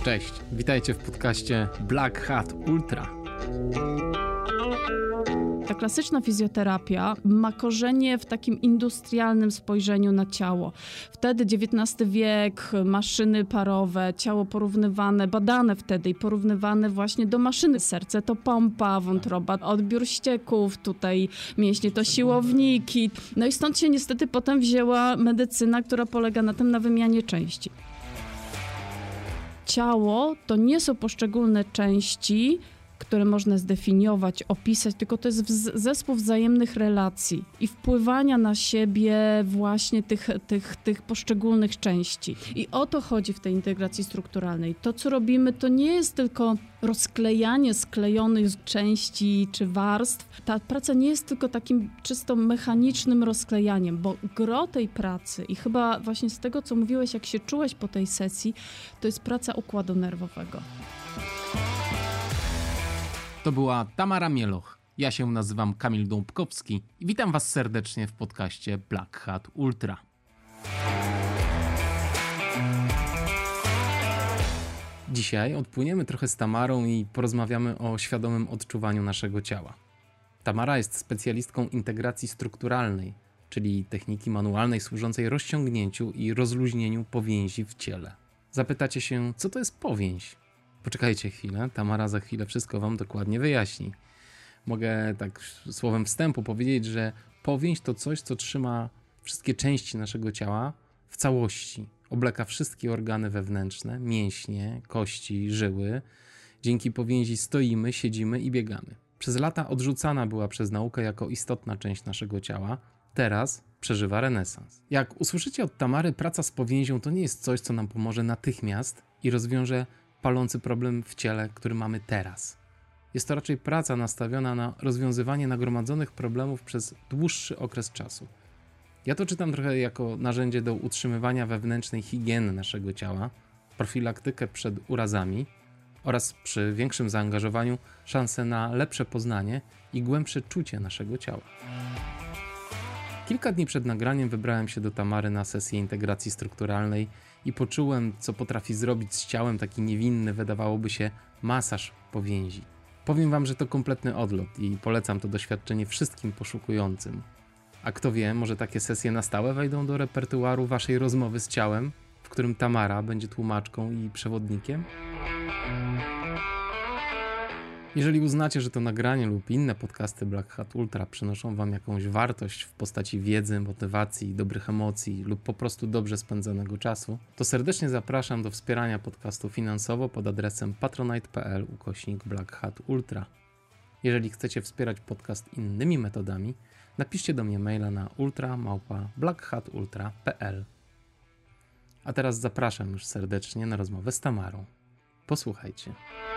Cześć, witajcie w podcaście Black Hat Ultra. Ta klasyczna fizjoterapia ma korzenie w takim industrialnym spojrzeniu na ciało. Wtedy XIX wiek, maszyny parowe, ciało porównywane, badane wtedy i porównywane właśnie do maszyny. Serce to pompa, wątroba, odbiór ścieków, tutaj mięśnie to siłowniki. No i stąd się niestety potem wzięła medycyna, która polega na wymianie części. Ciało to nie są poszczególne części, które można zdefiniować, opisać, tylko to jest zespół wzajemnych relacji i wpływania na siebie właśnie tych poszczególnych części. I o to chodzi w tej integracji strukturalnej. To, co robimy, to nie jest tylko rozklejanie sklejonych części czy warstw. Ta praca nie jest tylko takim czysto mechanicznym rozklejaniem, bo gro tej pracy i chyba właśnie z tego, co mówiłeś, jak się czułeś po tej sesji, to jest praca układu nerwowego. To była Tamara Mieloch. Ja się nazywam Kamil Dąbkowski i witam Was serdecznie w podcaście Black Hat Ultra. Dzisiaj odpłyniemy trochę z Tamarą i porozmawiamy o świadomym odczuwaniu naszego ciała. Tamara jest specjalistką integracji strukturalnej, czyli techniki manualnej służącej rozciągnięciu i rozluźnieniu powięzi w ciele. Zapytacie się, co to jest powięź? Poczekajcie chwilę, Tamara za chwilę wszystko Wam dokładnie wyjaśni. Mogę tak słowem wstępu powiedzieć, że powięź to coś, co trzyma wszystkie części naszego ciała w całości. Obleka wszystkie organy wewnętrzne, mięśnie, kości, żyły. Dzięki powięzi stoimy, siedzimy i biegamy. Przez lata odrzucana była przez naukę jako istotna część naszego ciała. Teraz przeżywa renesans. Jak usłyszycie od Tamary, praca z powięzią to nie jest coś, co nam pomoże natychmiast i rozwiąże palący problem w ciele, który mamy teraz. Jest to raczej praca nastawiona na rozwiązywanie nagromadzonych problemów przez dłuższy okres czasu. Ja to czytam trochę jako narzędzie do utrzymywania wewnętrznej higieny naszego ciała, profilaktykę przed urazami oraz przy większym zaangażowaniu szansę na lepsze poznanie i głębsze czucie naszego ciała. Kilka dni przed nagraniem wybrałem się do Tamary na sesję integracji strukturalnej i poczułem, co potrafi zrobić z ciałem taki niewinny, wydawałoby się, masaż powięzi. Powiem Wam, że to kompletny odlot i polecam to doświadczenie wszystkim poszukującym. A kto wie, może takie sesje na stałe wejdą do repertuaru Waszej rozmowy z ciałem, w którym Tamara będzie tłumaczką i przewodnikiem? Jeżeli uznacie, że to nagranie lub inne podcasty Black Hat Ultra przynoszą Wam jakąś wartość w postaci wiedzy, motywacji, dobrych emocji lub po prostu dobrze spędzonego czasu, to serdecznie zapraszam do wspierania podcastu finansowo pod adresem patronite.pl/Black Hat Ultra. Jeżeli chcecie wspierać podcast innymi metodami, napiszcie do mnie maila na ultra@blackhatultra.pl. A teraz zapraszam już serdecznie na rozmowę z Tamarą. Posłuchajcie.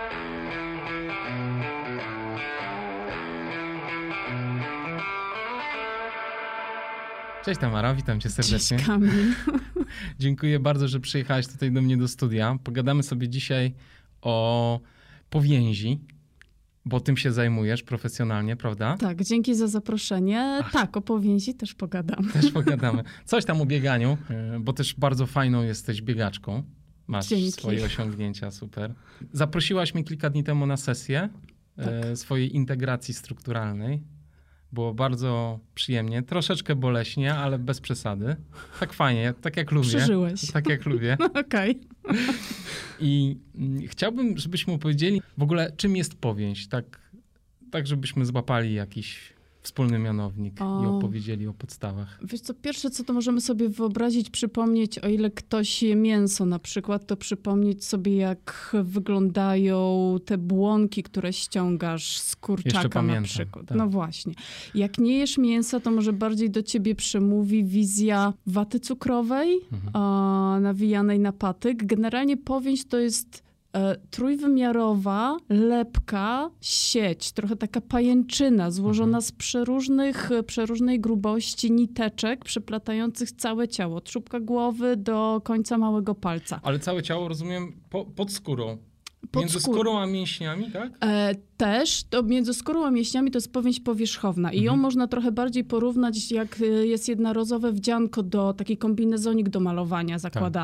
Cześć Tamara, witam Cię serdecznie. Cześć Kamil. Dziękuję bardzo, że przyjechałaś tutaj do mnie do studia. Pogadamy sobie dzisiaj o powięzi, bo tym się zajmujesz profesjonalnie, prawda? Tak, dzięki za zaproszenie. Tak, o powięzi też pogadamy. Też pogadamy. Coś tam o bieganiu, bo też bardzo fajną jesteś biegaczką. Masz Dzięki. Swoje osiągnięcia, super. Zaprosiłaś mnie kilka dni temu na sesję swojej integracji strukturalnej. Było bardzo przyjemnie, troszeczkę boleśnie, ale bez przesady. Tak fajnie, tak jak lubię. Przeżyłeś. Tak jak lubię. No, okej. I chciałbym, żebyśmy opowiedzieli w ogóle, czym jest powięź. Tak żebyśmy złapali jakiś wspólny mianownik i opowiedzieli o podstawach. Wiesz co, pierwsze co to możemy sobie wyobrazić, przypomnieć, o ile ktoś je mięso na przykład, to przypomnieć sobie, jak wyglądają te błonki, które ściągasz z kurczaka na przykład. Tak. No właśnie. Jak nie jesz mięsa, to może bardziej do ciebie przemówi wizja waty cukrowej, nawijanej na patyk. Generalnie powięź to jest trójwymiarowa, lepka, sieć, trochę taka pajęczyna złożona z przeróżnej grubości niteczek przeplatających całe ciało, od czubka głowy do końca małego palca. Ale całe ciało, rozumiem, pod skórą. Między skórą a mięśniami, tak? Też, to między skórą a mięśniami to jest powięź powierzchowna i ją można trochę bardziej porównać, jak jest jednorazowe wdzianko do, taki kombinezonik do malowania zakładany. Tak.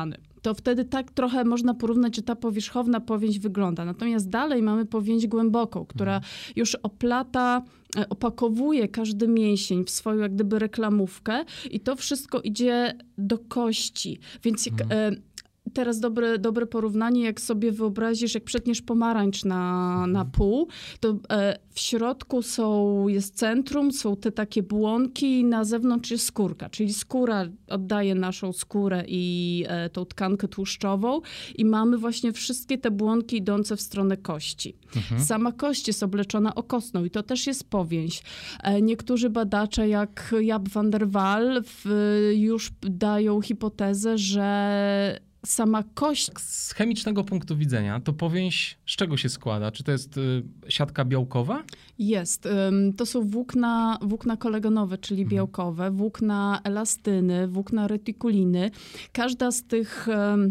to wtedy tak trochę można porównać, że ta powierzchowna powięź wygląda. Natomiast dalej mamy powięź głęboką, która już oplata, opakowuje każdy mięsień w swoją jak gdyby reklamówkę i to wszystko idzie do kości. Więc teraz dobre porównanie, jak sobie wyobrazisz, jak przetniesz pomarańcz na pół, to w środku jest centrum, są te takie błonki i na zewnątrz jest skórka, czyli skóra oddaje naszą skórę i tą tkankę tłuszczową i mamy właśnie wszystkie te błonki idące w stronę kości. Sama kość jest obleczona okostną i to też jest powięź. Niektórzy badacze, jak Jaap van der Wal, już dają hipotezę, że sama kość. Z chemicznego punktu widzenia to powięź z czego się składa? Czy to jest siatka białkowa? Jest. To są włókna koleganowe, czyli białkowe, włókna elastyny, włókna retikuliny. Każda z tych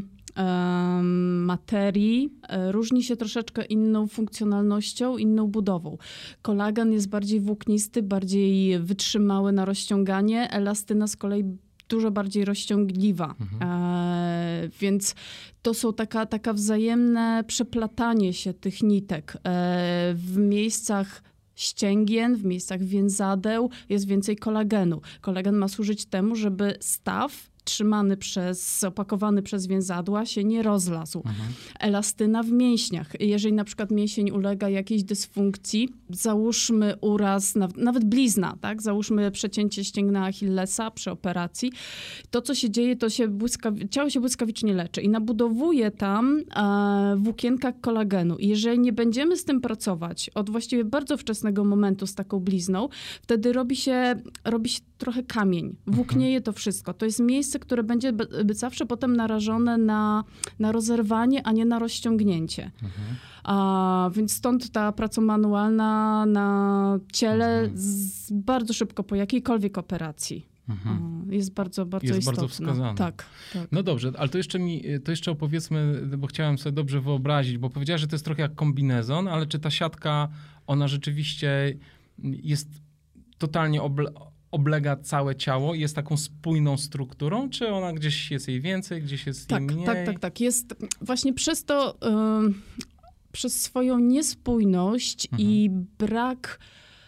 materii różni się troszeczkę inną funkcjonalnością, inną budową. Kolagen jest bardziej włóknisty, bardziej wytrzymały na rozciąganie, elastyna z kolei dużo bardziej rozciągliwa. Więc to są taka wzajemne przeplatanie się tych nitek. W miejscach ścięgien, w miejscach więzadeł jest więcej kolagenu. Kolagen ma służyć temu, żeby staw opakowany przez więzadła się nie rozlazł. Elastyna w mięśniach. Jeżeli na przykład mięsień ulega jakiejś dysfunkcji, załóżmy uraz, nawet blizna, tak? Załóżmy przecięcie ścięgna Achillesa przy operacji, to co się dzieje, to ciało się błyskawicznie leczy i nabudowuje tam włókienka kolagenu. I jeżeli nie będziemy z tym pracować od właściwie bardzo wczesnego momentu z taką blizną, wtedy robi się trochę kamień. Włóknieje to wszystko. To jest miejsce, które będzie zawsze potem narażone na rozerwanie, a nie na rozciągnięcie. Więc stąd ta praca manualna na ciele bardzo szybko po jakiejkolwiek operacji. Jest bardzo, bardzo istotna. Bardzo wskazana. Tak. No dobrze, ale to jeszcze opowiedzmy, bo chciałem sobie dobrze wyobrazić, bo powiedziałeś, że to jest trochę jak kombinezon, ale czy ta siatka, ona rzeczywiście jest totalnie oblega całe ciało i jest taką spójną strukturą, czy ona gdzieś jest jej więcej, gdzieś jest jej mniej? Tak. Jest właśnie przez to, przez swoją niespójność i brak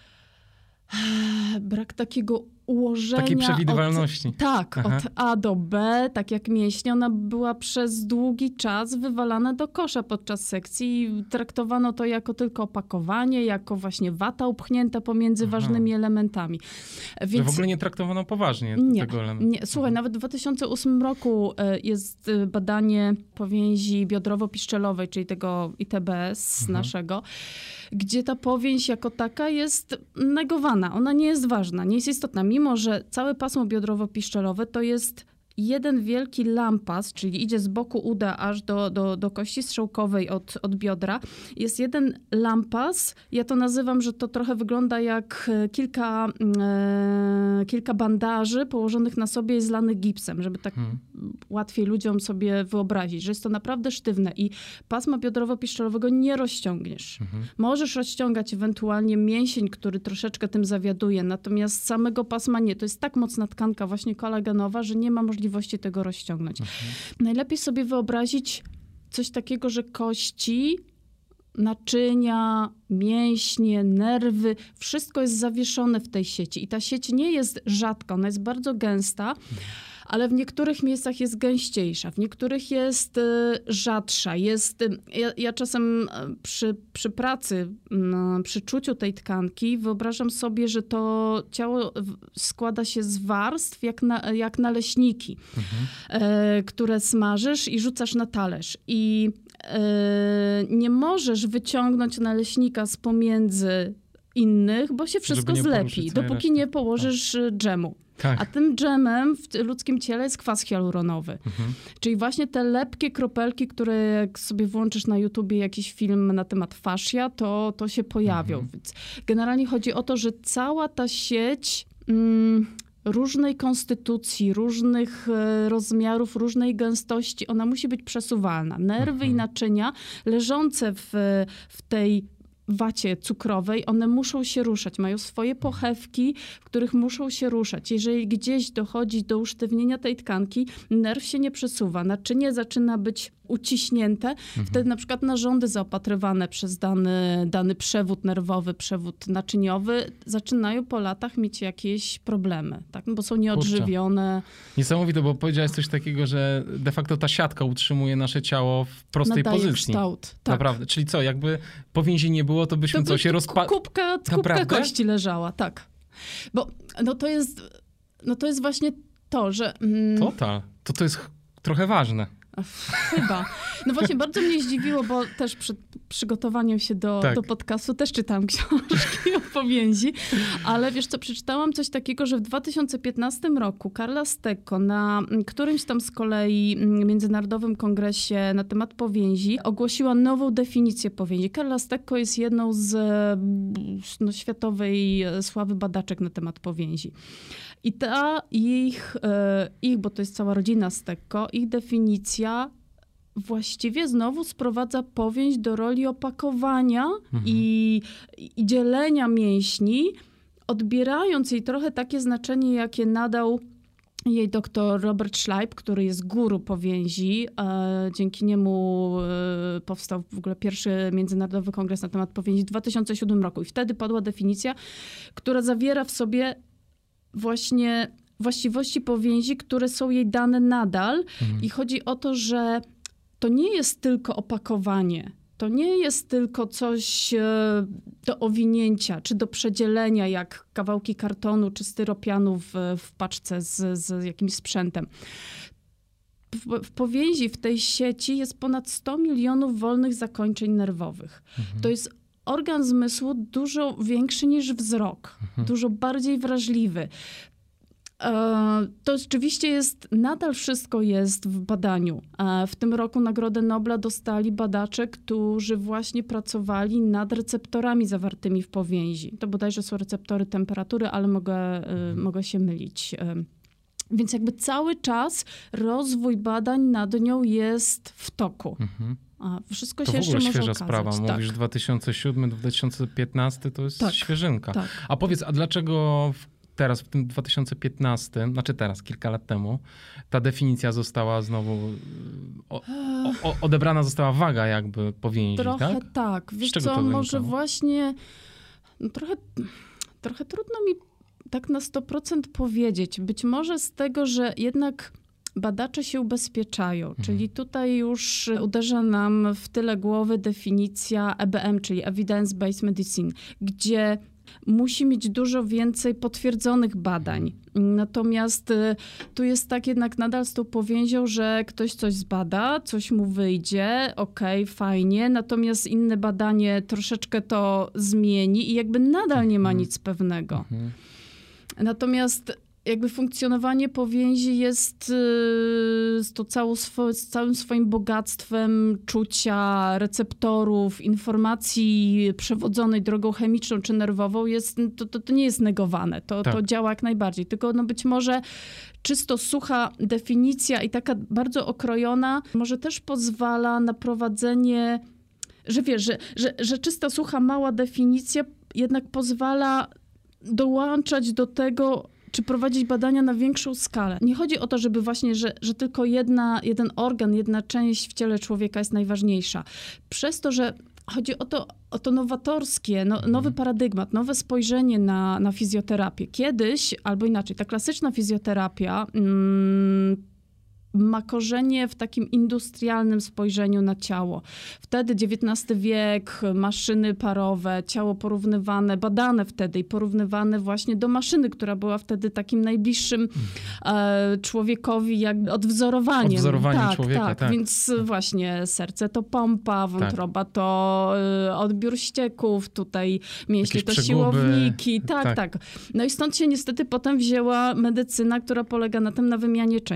takiego ułożenia. Takiej przewidywalności. Od A do B, tak jak mięśnie, ona była przez długi czas wywalana do kosza podczas sekcji i traktowano to jako tylko opakowanie, jako właśnie wata upchnięta pomiędzy ważnymi elementami. Więc że w ogóle nie traktowano poważnie tego elementu. Nie. Słuchaj, nawet w 2008 roku jest badanie powięzi biodrowo-piszczelowej, czyli tego ITBS naszego, gdzie ta powięź jako taka jest negowana. Ona nie jest ważna, nie jest istotna. Mimo że całe pasmo biodrowo-piszczelowe to jest jeden wielki lampas, czyli idzie z boku uda aż do kości strzałkowej od biodra. Jest jeden lampas. Ja to nazywam, że to trochę wygląda jak kilka bandaży położonych na sobie i zlanych gipsem, żeby tak łatwiej ludziom sobie wyobrazić, że jest to naprawdę sztywne i pasma biodrowo-piszczelowego nie rozciągniesz. Możesz rozciągać ewentualnie mięsień, który troszeczkę tym zawiaduje, natomiast samego pasma nie. To jest tak mocna tkanka właśnie kolagenowa, że nie ma możliwości tego rozciągnąć. Najlepiej sobie wyobrazić coś takiego, że kości, naczynia, mięśnie, nerwy, wszystko jest zawieszone w tej sieci. I ta sieć nie jest rzadka, ona jest bardzo gęsta, ale w niektórych miejscach jest gęściejsza, w niektórych jest rzadsza. Ja czasem przy pracy, przy czuciu tej tkanki wyobrażam sobie, że to ciało składa się z warstw jak naleśniki, które smażysz i rzucasz na talerz. I nie możesz wyciągnąć naleśnika z pomiędzy innych, bo się wszystko zlepi, dopóki nie położysz dżemu. Tak. A tym dżemem w ludzkim ciele jest kwas hialuronowy. Czyli właśnie te lepkie kropelki, które jak sobie włączysz na YouTubie jakiś film na temat fascia, to się pojawią. Więc generalnie chodzi o to, że cała ta sieć różnej konstytucji, różnych rozmiarów, różnej gęstości, ona musi być przesuwalna. Nerwy i naczynia leżące w tej wacie cukrowej, one muszą się ruszać, mają swoje pochewki, w których muszą się ruszać. Jeżeli gdzieś dochodzi do usztywnienia tej tkanki, nerw się nie przesuwa, naczynie zaczyna być uciśnięte, wtedy na przykład narządy zaopatrywane przez dany przewód nerwowy, przewód naczyniowy zaczynają po latach mieć jakieś problemy, tak? Bo są nieodżywione. Niesamowite, bo powiedziałeś coś takiego, że de facto ta siatka utrzymuje nasze ciało w prostej Nadaje pozycji. kształt. Tak. Naprawdę. Czyli co, jakby powięzi nie było, to byśmy się Kubka kości leżała, tak. Bo to jest właśnie to, że... To jest trochę ważne. Chyba. No właśnie, bardzo mnie zdziwiło, bo też przed przygotowaniem się do podcastu też czytałam książki o powięzi, ale wiesz co, przeczytałam coś takiego, że w 2015 roku Carla Stecco na którymś tam z kolei międzynarodowym kongresie na temat powięzi ogłosiła nową definicję powięzi. Carla Stecco jest jedną z światowej sławy badaczek na temat powięzi. I ta ich, bo to jest cała rodzina Stecco, ich definicja właściwie znowu sprowadza powięź do roli opakowania i dzielenia mięśni, odbierając jej trochę takie znaczenie, jakie nadał jej doktor Robert Schleip, który jest guru powięzi. Dzięki niemu powstał w ogóle pierwszy międzynarodowy kongres na temat powięzi w 2007 roku. I wtedy padła definicja, która zawiera w sobie właśnie właściwości powięzi, które są jej dane nadal. I chodzi o to, że to nie jest tylko opakowanie. To nie jest tylko coś do owinięcia, czy do przedzielenia, jak kawałki kartonu, czy styropianu w paczce z jakimś sprzętem. W powięzi, w tej sieci jest ponad 100 milionów wolnych zakończeń nerwowych. To jest organ zmysłu dużo większy niż wzrok, dużo bardziej wrażliwy. To rzeczywiście nadal wszystko jest w badaniu. W tym roku Nagrodę Nobla dostali badacze, którzy właśnie pracowali nad receptorami zawartymi w powięzi. To bodajże są receptory temperatury, ale mogę się mylić. Więc jakby cały czas rozwój badań nad nią jest w toku. Wszystko to się jeszcze może okazać. To w ogóle świeża sprawa. Mówisz 2007-2015 to jest świeżynka. Tak. A powiedz, a dlaczego teraz, w tym 2015, kilka lat temu, ta definicja została znowu, odebrana została waga jakby powięzi, trochę tak. Wiesz co, może właśnie, trochę trudno mi tak na 100% powiedzieć. Być może z tego, że jednak badacze się ubezpieczają, czyli tutaj już uderza nam w tyle głowy definicja EBM, czyli Evidence-Based Medicine, gdzie musi mieć dużo więcej potwierdzonych badań. Natomiast tu jest tak jednak nadal z tą powięzią, że ktoś coś zbada, coś mu wyjdzie, fajnie, natomiast inne badanie troszeczkę to zmieni i jakby nadal nie ma nic pewnego. Natomiast jakby funkcjonowanie powięzi jest z całym swoim bogactwem czucia, receptorów, informacji przewodzonej drogą chemiczną czy nerwową, to nie jest negowane. To działa jak najbardziej. Tylko być może czysto sucha definicja i taka bardzo okrojona może też pozwala na prowadzenie, że wiesz, że czysta, sucha, mała definicja jednak pozwala dołączać do tego, czy prowadzić badania na większą skalę. Nie chodzi o to, żeby właśnie, że tylko jeden organ, jedna część w ciele człowieka jest najważniejsza. Przez to, że chodzi o to nowatorskie, nowy paradygmat, nowe spojrzenie na fizjoterapię. Kiedyś, albo inaczej, ta klasyczna fizjoterapia ma korzenie w takim industrialnym spojrzeniu na ciało. Wtedy XIX wiek, maszyny parowe, ciało porównywane, badane wtedy i porównywane właśnie do maszyny, która była wtedy takim najbliższym człowiekowi jakby odwzorowaniem. Odwzorowanie człowieka, tak. Więc właśnie serce to pompa, wątroba to odbiór ścieków, tutaj mięśnie to siłowniki. Tak. No i stąd się niestety potem wzięła medycyna, która polega na tym, na wymianie części.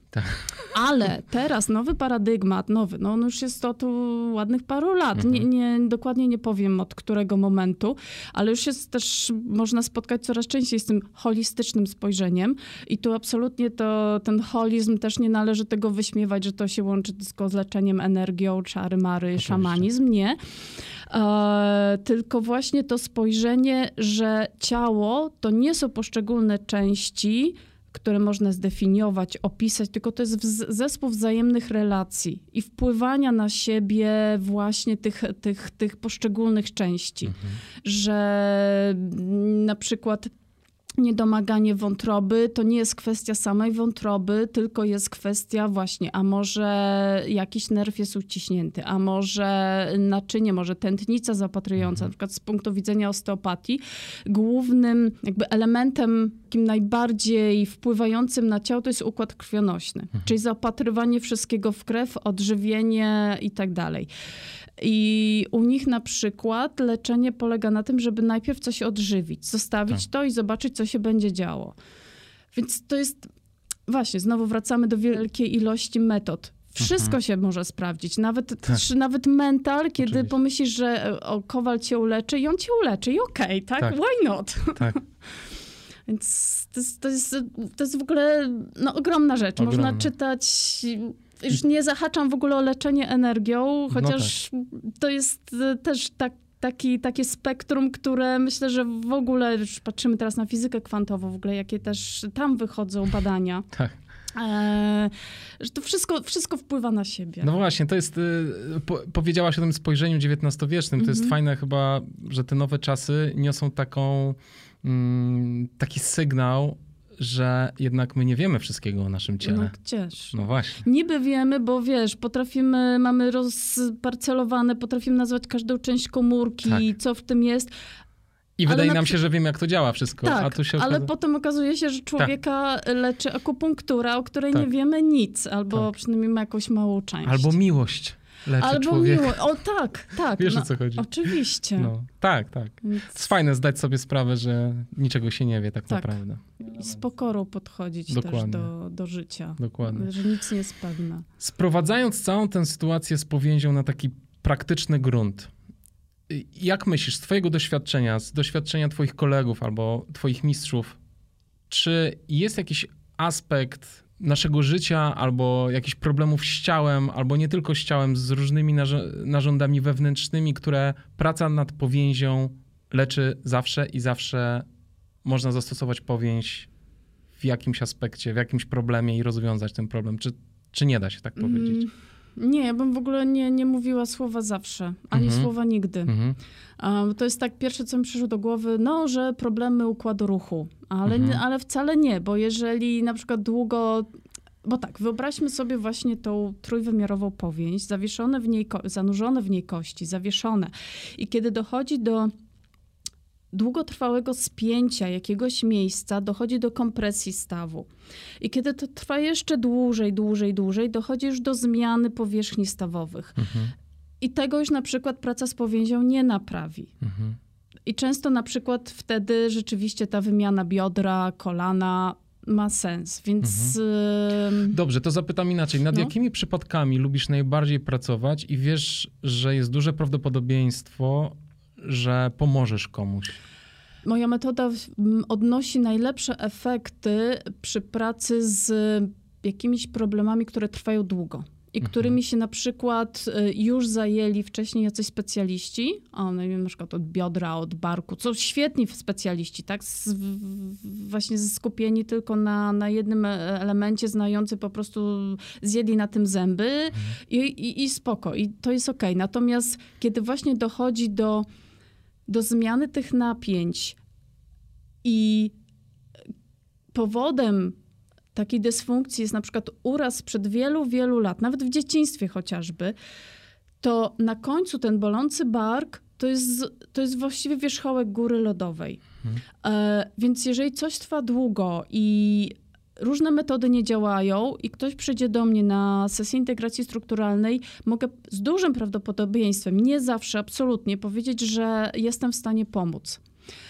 Tak. Ale teraz nowy paradygmat, no on już jest od ładnych paru lat. Dokładnie nie powiem od którego momentu, ale już jest też, można spotkać coraz częściej z tym holistycznym spojrzeniem i tu absolutnie ten holizm też nie należy tego wyśmiewać, że to się łączy tylko z leczeniem energią, czary, mary, Oczywiście. szamanizm, nie. Tylko właśnie to spojrzenie, że ciało to nie są poszczególne części, które można zdefiniować, opisać, tylko to jest zespół wzajemnych relacji i wpływania na siebie właśnie tych poszczególnych części. Że na przykład niedomaganie wątroby to nie jest kwestia samej wątroby, tylko jest kwestia właśnie, a może jakiś nerw jest uciśnięty, a może naczynie, może tętnica zapatrująca. Na przykład z punktu widzenia osteopatii głównym jakby elementem takim najbardziej wpływającym na ciało to jest układ krwionośny, czyli zaopatrywanie wszystkiego w krew, odżywienie i tak dalej. I u nich na przykład leczenie polega na tym, żeby najpierw coś odżywić, zostawić to i zobaczyć, co się będzie działo. Więc to jest, właśnie, znowu wracamy do wielkiej ilości metod. Wszystko się może sprawdzić, nawet mental, kiedy Oczywiście. pomyślisz, że kowal cię uleczy i on cię uleczy i okej, tak? Why not? Tak. Więc to jest w ogóle ogromna rzecz. Można czytać... Już nie zahaczam w ogóle o leczenie energią, chociaż to jest też takie spektrum, które myślę, że w ogóle, już patrzymy teraz na fizykę kwantową, w ogóle jakie też tam wychodzą badania. Tak. Że to wszystko wpływa na siebie. No właśnie, to jest, powiedziałaś o tym spojrzeniu XIX-wiecznym, to jest fajne chyba, że te nowe czasy niosą taki sygnał, że jednak my nie wiemy wszystkiego o naszym ciele. No gdzież. No właśnie. Niby wiemy, bo wiesz, mamy rozparcelowane, potrafimy nazwać każdą część komórki, co w tym jest. I wydaje nam się, że wiemy, jak to działa wszystko. Tak, a tu się ale potem okazuje się, że człowieka leczy akupunktura, o której nie wiemy nic, albo przynajmniej ma jakąś małą część. Albo miłość leczy człowieka. O tak. Wiesz, o co chodzi. Oczywiście. No, tak. Jest fajne zdać sobie sprawę, że niczego się nie wie tak naprawdę. I z pokorą podchodzić też do życia. Dokładnie. Że nic nie jest pewne. Sprowadzając całą tę sytuację z powięzią na taki praktyczny grunt, jak myślisz, z twojego doświadczenia, z doświadczenia twoich kolegów albo twoich mistrzów, czy jest jakiś aspekt naszego życia albo jakichś problemów z ciałem, albo nie tylko z ciałem, z różnymi narządami wewnętrznymi, które praca nad powięzią leczy zawsze i zawsze można zastosować powięź w jakimś aspekcie, w jakimś problemie i rozwiązać ten problem? Czy nie da się tak powiedzieć? Nie, ja bym w ogóle nie mówiła słowa zawsze, ani słowa nigdy. To jest tak pierwsze, co mi przyszło do głowy, że problemy układu ruchu, ale wcale nie, bo jeżeli na przykład bo tak, wyobraźmy sobie właśnie tą trójwymiarową powięź, zanurzone w niej kości, zawieszone. I kiedy dochodzi do długotrwałego spięcia jakiegoś miejsca, dochodzi do kompresji stawu. I kiedy to trwa jeszcze dłużej, dochodzi już do zmiany powierzchni stawowych. I tego już na przykład praca z powięzią nie naprawi. I często na przykład wtedy rzeczywiście ta wymiana biodra, kolana ma sens, więc... Dobrze, to zapytam inaczej. Nad jakimi przypadkami lubisz najbardziej pracować i wiesz, że jest duże prawdopodobieństwo, że pomożesz komuś? Moja metoda odnosi najlepsze efekty przy pracy z jakimiś problemami, które trwają długo i którymi się na przykład już zajęli wcześniej jacyś specjaliści, na przykład od biodra, od barku, co świetni specjaliści, tak? Właśnie skupieni tylko na jednym elemencie, znający po prostu, zjedli na tym zęby i spoko, i to jest okej. Natomiast kiedy właśnie dochodzi do zmiany tych napięć i powodem takiej dysfunkcji jest na przykład uraz sprzed wielu, wielu lat, nawet w dzieciństwie chociażby, to na końcu ten bolący bark to jest właściwie wierzchołek góry lodowej. Więc jeżeli coś trwa długo i różne metody nie działają i ktoś przyjdzie do mnie na sesję integracji strukturalnej, mogę z dużym prawdopodobieństwem, nie zawsze, absolutnie, powiedzieć, że jestem w stanie pomóc.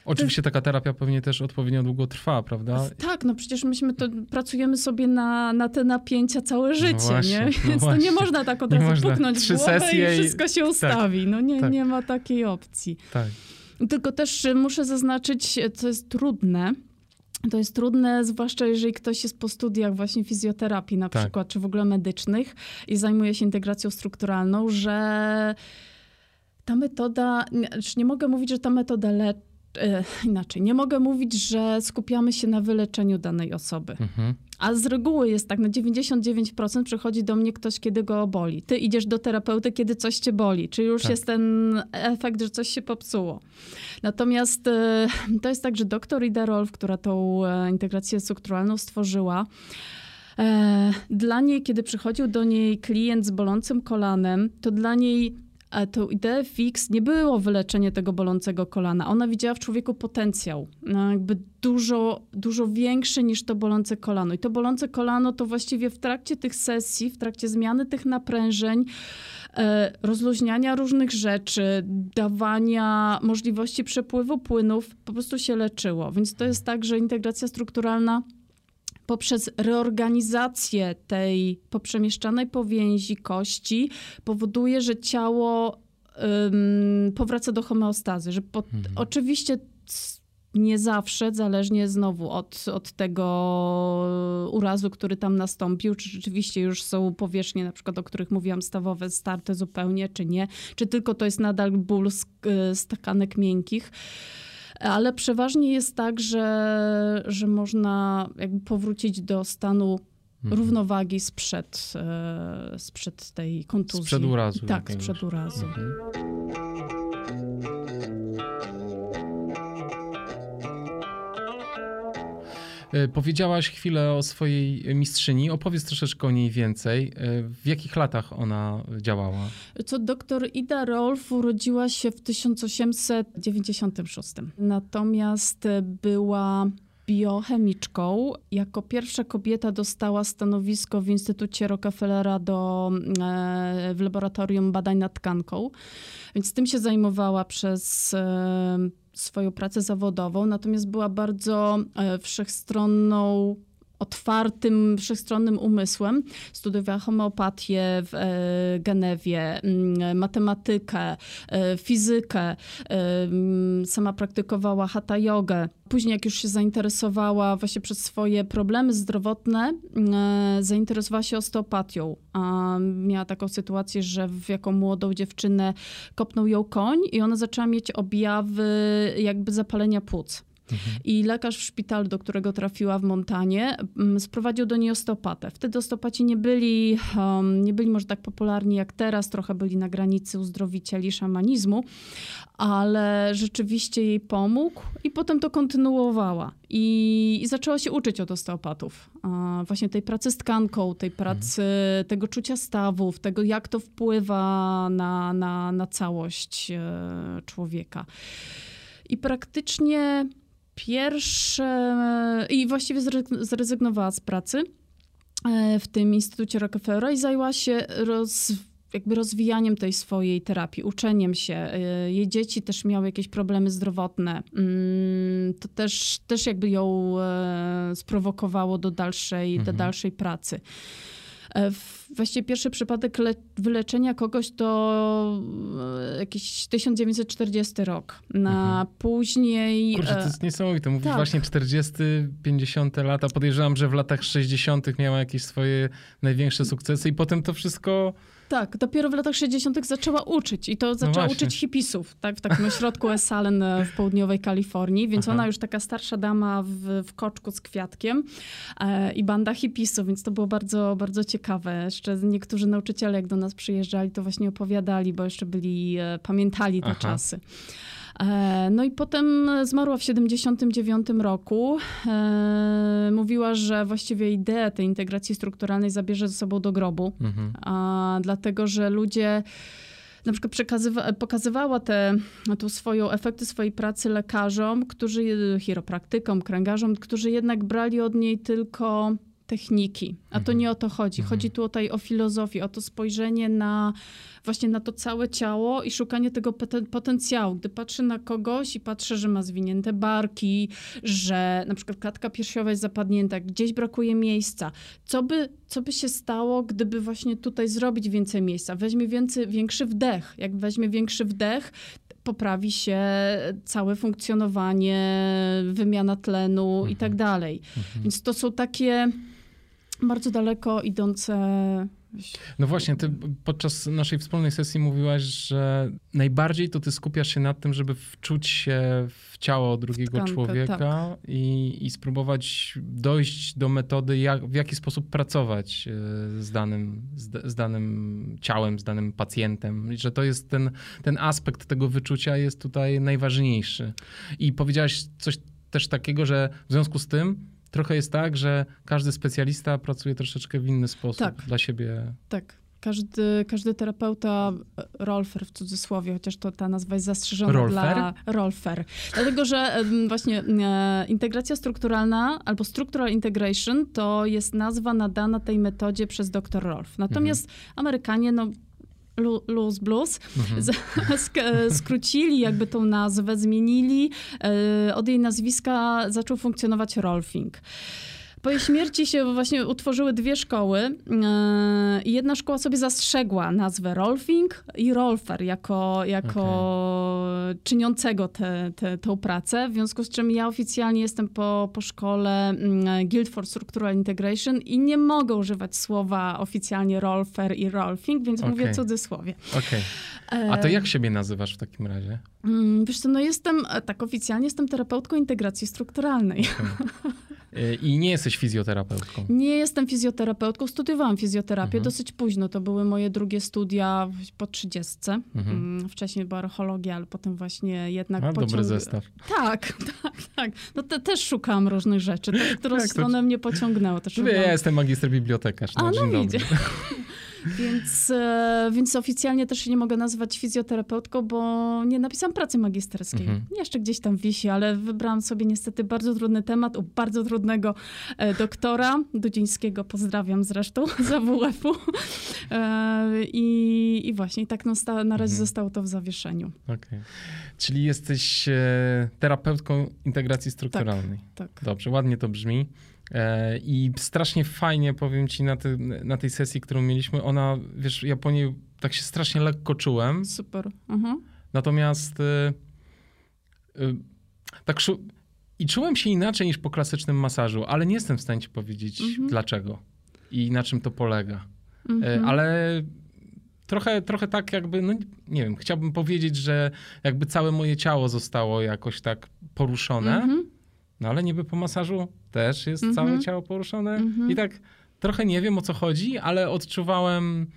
Oczywiście taka terapia pewnie też odpowiednio długo trwa, prawda? Tak, no przecież myśmy to pracujemy sobie na te napięcia całe życie, właśnie, nie? no Więc to nie można tak od razu puknąć w głowę i wszystko się ustawi. No nie ma takiej opcji. Tak. Tylko też muszę zaznaczyć, co jest trudne. To jest trudne, zwłaszcza jeżeli ktoś jest po studiach właśnie fizjoterapii na przykład, czy w ogóle medycznych i zajmuje się integracją strukturalną, że ta metoda, nie mogę mówić, że ta metoda inaczej, nie mogę mówić, że skupiamy się na wyleczeniu danej osoby. A z reguły jest tak, na 99% przychodzi do mnie ktoś, kiedy go boli. Ty idziesz do terapeuty, kiedy coś cię boli. Czyli już jest ten efekt, że coś się popsuło. Natomiast to jest tak, że dr Ida Rolf, która tą integrację strukturalną stworzyła, dla niej, kiedy przychodził do niej klient z bolącym kolanem, to dla niej tą ideę fix nie było wyleczenie tego bolącego kolana. Ona widziała w człowieku potencjał, jakby dużo większy niż to bolące kolano. I to bolące kolano to właściwie w trakcie tych sesji, w trakcie zmiany tych naprężeń, rozluźniania różnych rzeczy, dawania możliwości przepływu płynów, po prostu się leczyło. Więc to jest tak, że integracja strukturalna poprzez reorganizację tej poprzemieszczanej powięzi kości powoduje, że ciało powraca do homeostazy. Że oczywiście nie zawsze, zależnie znowu od tego urazu, który tam nastąpił, czy rzeczywiście już są powierzchnie, na przykład o których mówiłam, stawowe, starte zupełnie, czy nie, czy tylko to jest nadal ból z tkanek miękkich. Ale przeważnie jest tak, że można jakby powrócić do stanu równowagi sprzed tej kontuzji. Sprzed urazu. Tak, sprzed urazu. Powiedziałaś chwilę o swojej mistrzyni. Opowiedz troszeczkę o niej więcej. W jakich latach ona działała? Dr Ida Rolf urodziła się w 1896. Natomiast była biochemiczką. Jako pierwsza kobieta dostała stanowisko w Instytucie Rockefellera w laboratorium badań nad tkanką. Więc tym się zajmowała przez swoją pracę zawodową, natomiast była bardzo wszechstronnym umysłem. Studiowała homeopatię w Genewie, matematykę, fizykę. Sama praktykowała hatha jogę. Później, jak już się zainteresowała właśnie przez swoje problemy zdrowotne, zainteresowała się osteopatią. Miała taką sytuację, że jako młodą dziewczynę kopnął ją koń i ona zaczęła mieć objawy jakby zapalenia płuc. I lekarz w szpitalu, do którego trafiła w Montanie, sprowadził do niej osteopatę. Wtedy osteopaci nie byli może tak popularni jak teraz, trochę byli na granicy uzdrowicieli szamanizmu, ale rzeczywiście jej pomógł i potem to kontynuowała. I zaczęła się uczyć od osteopatów. Właśnie tej pracy z tkanką, tej pracy, tego czucia stawów, tego jak to wpływa na całość człowieka. I praktycznie i właściwie zrezygnowała z pracy w tym Instytucie Rockefellera i zajęła się rozwijaniem tej swojej terapii, uczeniem się. Jej dzieci też miały jakieś problemy zdrowotne. To też jakby ją sprowokowało do dalszej pracy. Właściwie pierwszy przypadek wyleczenia kogoś to jakiś 1940 rok. Później... Kurczę, to jest niesamowite. Mówisz właśnie 40, 50 lata. Podejrzewam, że w latach 60 miała jakieś swoje największe sukcesy i potem to wszystko... Tak, dopiero w latach 60 zaczęła uczyć i to zaczęła uczyć hipisów, tak, w takim ośrodku Esalen w południowej Kalifornii, więc ona już taka starsza dama w koczku z kwiatkiem i banda hipisów, więc to było bardzo, bardzo ciekawe. Jeszcze niektórzy nauczyciele, jak do nas przyjeżdżali, to właśnie opowiadali, bo jeszcze pamiętali te czasy. No i potem zmarła w 79 roku. Mówiła, że właściwie ideę tej integracji strukturalnej zabierze ze sobą do grobu, dlatego że ludzie na przykład pokazywała efekty swojej pracy lekarzom, chiropraktykom, kręgarzom, którzy jednak brali od niej tylko techniki, a to nie o to chodzi. Chodzi tutaj o filozofię, o to spojrzenie właśnie na to całe ciało i szukanie tego potencjału. Gdy patrzę na kogoś i patrzę, że ma zwinięte barki, że na przykład klatka piersiowa jest zapadnięta, gdzieś brakuje miejsca. Co by się stało, gdyby właśnie tutaj zrobić więcej miejsca? Weźmie większy wdech. Jak weźmie większy wdech, poprawi się całe funkcjonowanie, wymiana tlenu i tak dalej. Więc to są takie bardzo daleko idące... No właśnie, ty podczas naszej wspólnej sesji mówiłaś, że najbardziej to ty skupiasz się nad tym, żeby wczuć się w ciało drugiego tkankę, człowieka tak. i spróbować dojść do metody, w jaki sposób pracować z danym ciałem, z danym pacjentem. I że to jest ten aspekt tego wyczucia jest tutaj najważniejszy. I powiedziałaś coś też takiego, że w związku z tym trochę jest tak, że każdy specjalista pracuje troszeczkę w inny sposób dla siebie. Tak. Każdy terapeuta, rolfer w cudzysłowie, chociaż ta nazwa jest zastrzeżona dla... Rolfer? Dlatego, że właśnie integracja strukturalna albo structural integration to jest nazwa nadana tej metodzie przez dr Rolf. Natomiast Amerykanie, Loose Blues, skrócili jakby tą nazwę, zmienili. Od jej nazwiska zaczął funkcjonować Rolfing. Po jej śmierci się właśnie utworzyły dwie szkoły i jedna szkoła sobie zastrzegła nazwę Rolfing i Rolfer jako czyniącego tę pracę, w związku z czym ja oficjalnie jestem po szkole Guild for Structural Integration i nie mogę używać słowa oficjalnie Rolfer i Rolfing, więc mówię w cudzysłowie. A to jak siebie nazywasz w takim razie? Wiesz co, oficjalnie jestem terapeutką integracji strukturalnej. I nie jesteś fizjoterapeutką? Nie jestem fizjoterapeutką. Studiowałam fizjoterapię dosyć późno. To były moje drugie studia po 30. Wcześniej była archeologia, ale potem właśnie jednak dobry zestaw. Tak. No też szukałam różnych rzeczy. W którą stronę mnie pociągnęło. Ja jestem magister bibliotekarz. Dzień dobry. Więc oficjalnie też się nie mogę nazywać fizjoterapeutką, bo nie napisałam pracy magisterskiej. Jeszcze gdzieś tam wisi, ale wybrałam sobie niestety bardzo trudny temat u bardzo trudnego doktora Dudzińskiego. Pozdrawiam zresztą z AWF-u. I właśnie tak na razie zostało to w zawieszeniu. Czyli jesteś terapeutką integracji strukturalnej. Tak. Dobrze, ładnie to brzmi. I strasznie fajnie, powiem ci, na tej sesji, którą mieliśmy, ja po niej tak się strasznie lekko czułem. Super. Natomiast i czułem się inaczej niż po klasycznym masażu, ale nie jestem w stanie ci powiedzieć dlaczego i na czym to polega. Ale trochę tak jakby, nie wiem, chciałbym powiedzieć, że jakby całe moje ciało zostało jakoś tak poruszone. No ale niby po masażu też jest całe ciało poruszone. I tak trochę nie wiem, o co chodzi, ale odczuwałem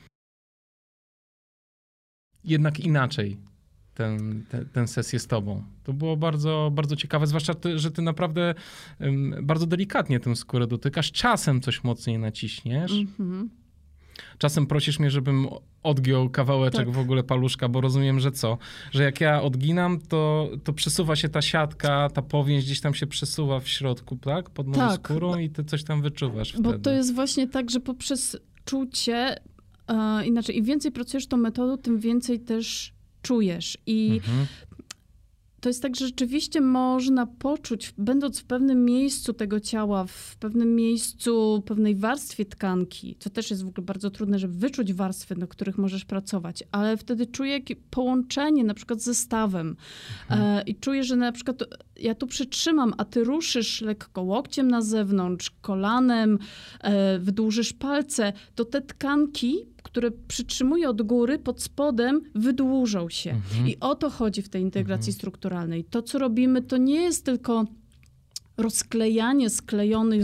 jednak inaczej tę sesję z tobą. To było bardzo, bardzo ciekawe, zwłaszcza, że ty naprawdę bardzo delikatnie tę skórę dotykasz. Czasem coś mocniej naciśniesz. Czasem prosisz mnie, żebym odgiął kawałeczek w ogóle paluszka, bo rozumiem, że że jak ja odginam, to przesuwa się ta siatka, ta powięź gdzieś tam się przesuwa w środku, tak? Pod moją skórą i ty coś tam wyczuwasz wtedy. Bo to jest właśnie tak, że poprzez czucie, inaczej, im więcej pracujesz tą metodą, tym więcej też czujesz. I to jest tak, że rzeczywiście można poczuć, będąc w pewnym miejscu tego ciała, w pewnym miejscu, pewnej warstwie tkanki, co też jest w ogóle bardzo trudne, żeby wyczuć warstwy, na których możesz pracować, ale wtedy czuję połączenie na przykład ze stawem i czuję, że na przykład ja tu przytrzymam, a ty ruszysz lekko łokciem na zewnątrz, kolanem, wydłużysz palce, to te tkanki, które przytrzymuję od góry, pod spodem, wydłużą się. I o to chodzi w tej integracji strukturalnej. To, co robimy, to nie jest tylko rozklejanie sklejonych,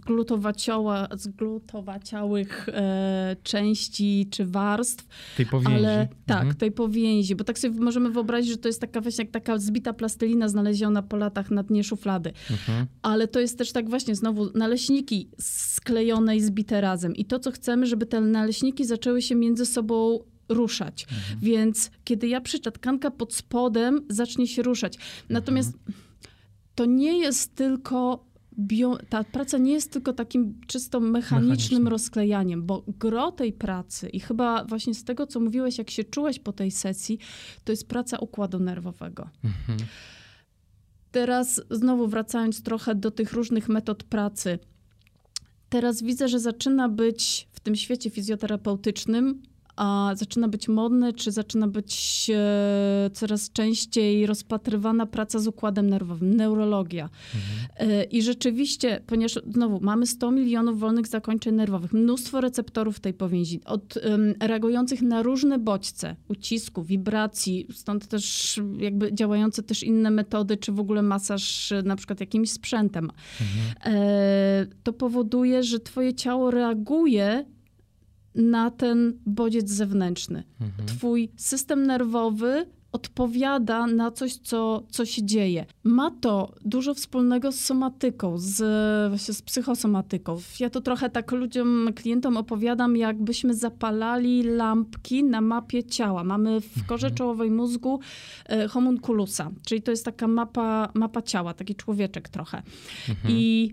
zglutowaciałych części czy warstw. Tej powięzi. Ale tej powięzi, bo tak sobie możemy wyobrazić, że to jest taka właśnie jak taka zbita plastelina znaleziona po latach na dnie szuflady. Ale to jest też tak właśnie znowu naleśniki sklejone i zbite razem. I to, co chcemy, żeby te naleśniki zaczęły się między sobą ruszać. Więc kiedy ja krzyczę, tkanka pod spodem zacznie się ruszać. Natomiast to nie jest tylko ta praca nie jest tylko takim czysto mechanicznym rozklejaniem, bo gro tej pracy i chyba właśnie z tego, co mówiłeś, jak się czułeś po tej sesji, to jest praca układu nerwowego. Teraz znowu wracając trochę do tych różnych metod pracy. Teraz widzę, że zaczyna być w tym świecie fizjoterapeutycznym, a zaczyna być modne, czy zaczyna być coraz częściej rozpatrywana praca z układem nerwowym, neurologia. I rzeczywiście, ponieważ znowu mamy 100 milionów wolnych zakończeń nerwowych, mnóstwo receptorów tej powięzi, reagujących na różne bodźce, ucisku, wibracji, stąd też jakby działające też inne metody, czy w ogóle masaż na przykład jakimś sprzętem. To powoduje, że twoje ciało reaguje na ten bodziec zewnętrzny. Twój system nerwowy odpowiada na coś, co się dzieje. Ma to dużo wspólnego z somatyką, właśnie z psychosomatyką. Ja to trochę tak ludziom, klientom opowiadam, jakbyśmy zapalali lampki na mapie ciała. Mamy w korze czołowej mózgu homunculusa, czyli to jest taka mapa ciała, taki człowieczek trochę. I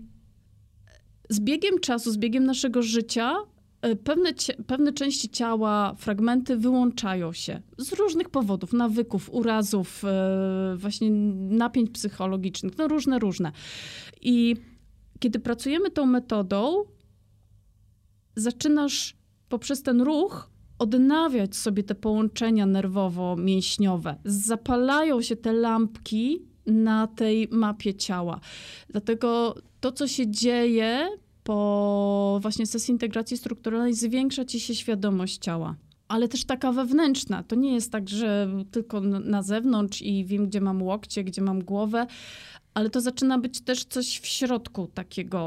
z biegiem czasu, z biegiem naszego życia pewne części ciała, fragmenty wyłączają się z różnych powodów, nawyków, urazów, właśnie napięć psychologicznych, no różne. I kiedy pracujemy tą metodą, zaczynasz poprzez ten ruch odnawiać sobie te połączenia nerwowo-mięśniowe. Zapalają się te lampki na tej mapie ciała. Dlatego to, co się dzieje po właśnie sesji integracji strukturalnej, zwiększa ci się świadomość ciała. Ale też taka wewnętrzna. To nie jest tak, że tylko na zewnątrz i wiem, gdzie mam łokcie, gdzie mam głowę, ale to zaczyna być też coś w środku takiego.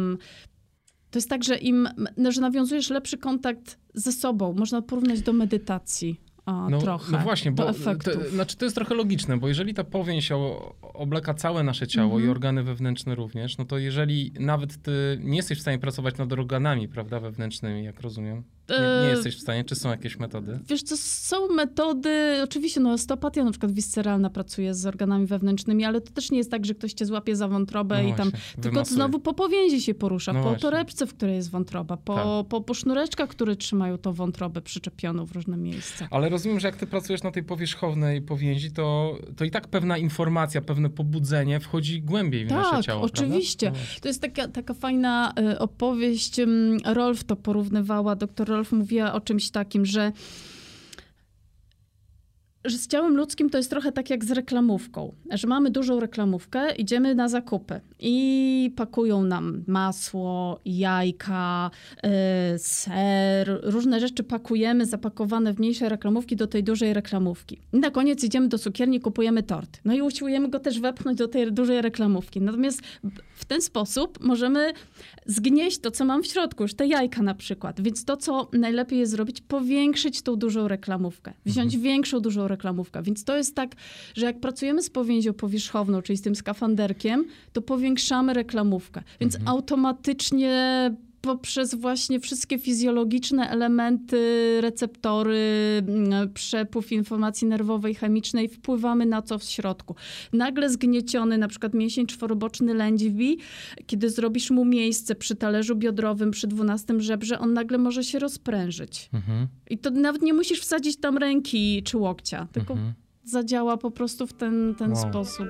To jest tak, że nawiązujesz lepszy kontakt ze sobą. Można porównać do medytacji. Trochę. No właśnie, bo to jest trochę logiczne, bo jeżeli ta powięź obleka całe nasze ciało i organy wewnętrzne również, no to jeżeli nawet ty nie jesteś w stanie pracować nad organami, prawda, wewnętrznymi, jak rozumiem, nie jesteś w stanie, czy są jakieś metody? Wiesz co, są metody, oczywiście osteopatia na przykład visceralna pracuje z organami wewnętrznymi, ale to też nie jest tak, że ktoś cię złapie za wątrobę i tam, tylko znowu po powięzi się porusza, po torebce, w której jest wątroba, po sznureczkach, które trzymają tą wątrobę przyczepioną w różne miejsca. Ale rozumiem, że jak ty pracujesz na tej powierzchownej powięzi, to i tak pewna informacja, pewne pobudzenie wchodzi głębiej w nasze ciało, oczywiście. Prawda? To jest taka fajna opowieść. Rolf to porównywała, doktor Rolf mówiła o czymś takim, że z ciałem ludzkim to jest trochę tak jak z reklamówką, że mamy dużą reklamówkę, idziemy na zakupy i pakują nam masło, jajka, ser, różne rzeczy pakujemy zapakowane w mniejsze reklamówki do tej dużej reklamówki. I na koniec idziemy do cukierni, kupujemy tort. No i usiłujemy go też wepchnąć do tej dużej reklamówki. Natomiast w ten sposób możemy zgnieść to, co mam w środku, już te jajka na przykład. Więc to, co najlepiej jest zrobić, powiększyć tą dużą reklamówkę. Wziąć większą, dużą reklamówkę. Więc to jest tak, że jak pracujemy z powięzią powierzchowną, czyli z tym skafanderkiem, to powiększamy reklamówkę. Więc automatycznie poprzez właśnie wszystkie fizjologiczne elementy, receptory, przepływ informacji nerwowej, chemicznej, wpływamy na co w środku. Nagle zgnieciony, na przykład mięsień czworoboczny lędźwi, kiedy zrobisz mu miejsce przy talerzu biodrowym, przy 12 żebrze, on nagle może się rozprężyć. I to nawet nie musisz wsadzić tam ręki czy łokcia, tylko zadziała po prostu w ten sposób.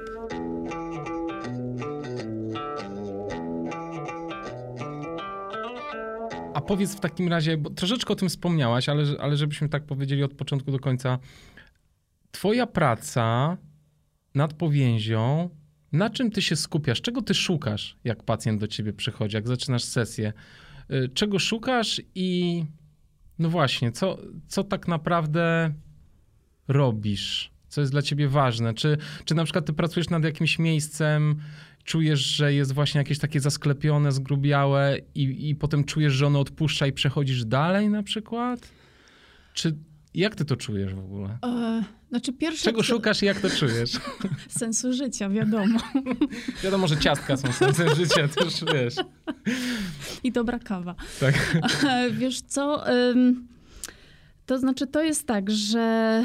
A powiedz w takim razie, bo troszeczkę o tym wspomniałaś, ale żebyśmy tak powiedzieli od początku do końca. Twoja praca nad powięzią, na czym ty się skupiasz? Czego ty szukasz, jak pacjent do ciebie przychodzi, jak zaczynasz sesję? Czego szukasz i no właśnie, co tak naprawdę robisz? Co jest dla ciebie ważne? Czy na przykład ty pracujesz nad jakimś miejscem, czujesz, że jest właśnie jakieś takie zasklepione, zgrubiałe i potem czujesz, że ono odpuszcza i przechodzisz dalej na przykład? Czy jak ty to czujesz w ogóle? Czego szukasz i jak to czujesz? Sensu życia, wiadomo. Wiadomo, że ciastka są sensem życia, też wiesz. I dobra kawa. Tak. Wiesz co... To znaczy, to jest tak, że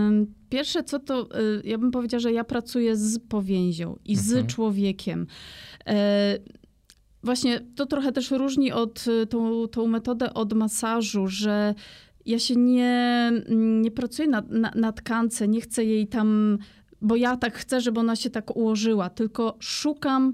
pierwsze co to, ja bym powiedziała, że ja pracuję z powięzią i z człowiekiem. Właśnie to trochę też różni tą metodę od masażu, że ja się nie pracuję na tkance, nie chcę jej tam, bo ja tak chcę, żeby ona się tak ułożyła, tylko szukam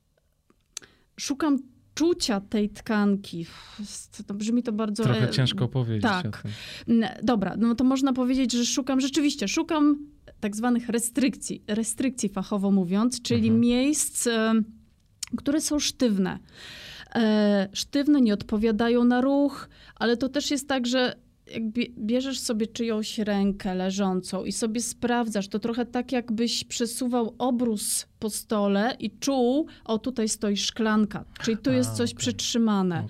czucia tej tkanki. To brzmi to bardzo... Trochę ciężko powiedzieć tak. o tym. Dobra, no to można powiedzieć, że rzeczywiście szukam tak zwanych restrykcji fachowo mówiąc, czyli miejsc, które są sztywne. Sztywne, nie odpowiadają na ruch, ale to też jest tak, że jak bierzesz sobie czyjąś rękę leżącą i sobie sprawdzasz, to trochę tak jakbyś przesuwał obrus po stole i czuł, o tutaj stoi szklanka, czyli tu jest coś przytrzymane.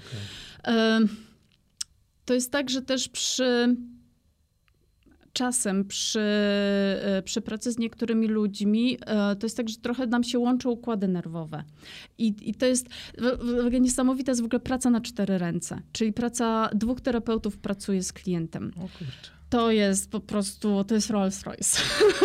To jest tak, że też czasem przy pracy z niektórymi ludźmi to jest tak, że trochę nam się łączą układy nerwowe. I to jest niesamowita jest w ogóle praca na 4 ręce. Czyli 2 terapeutów pracuje z klientem. O kurczę. To jest po prostu, to jest Rolls Royce.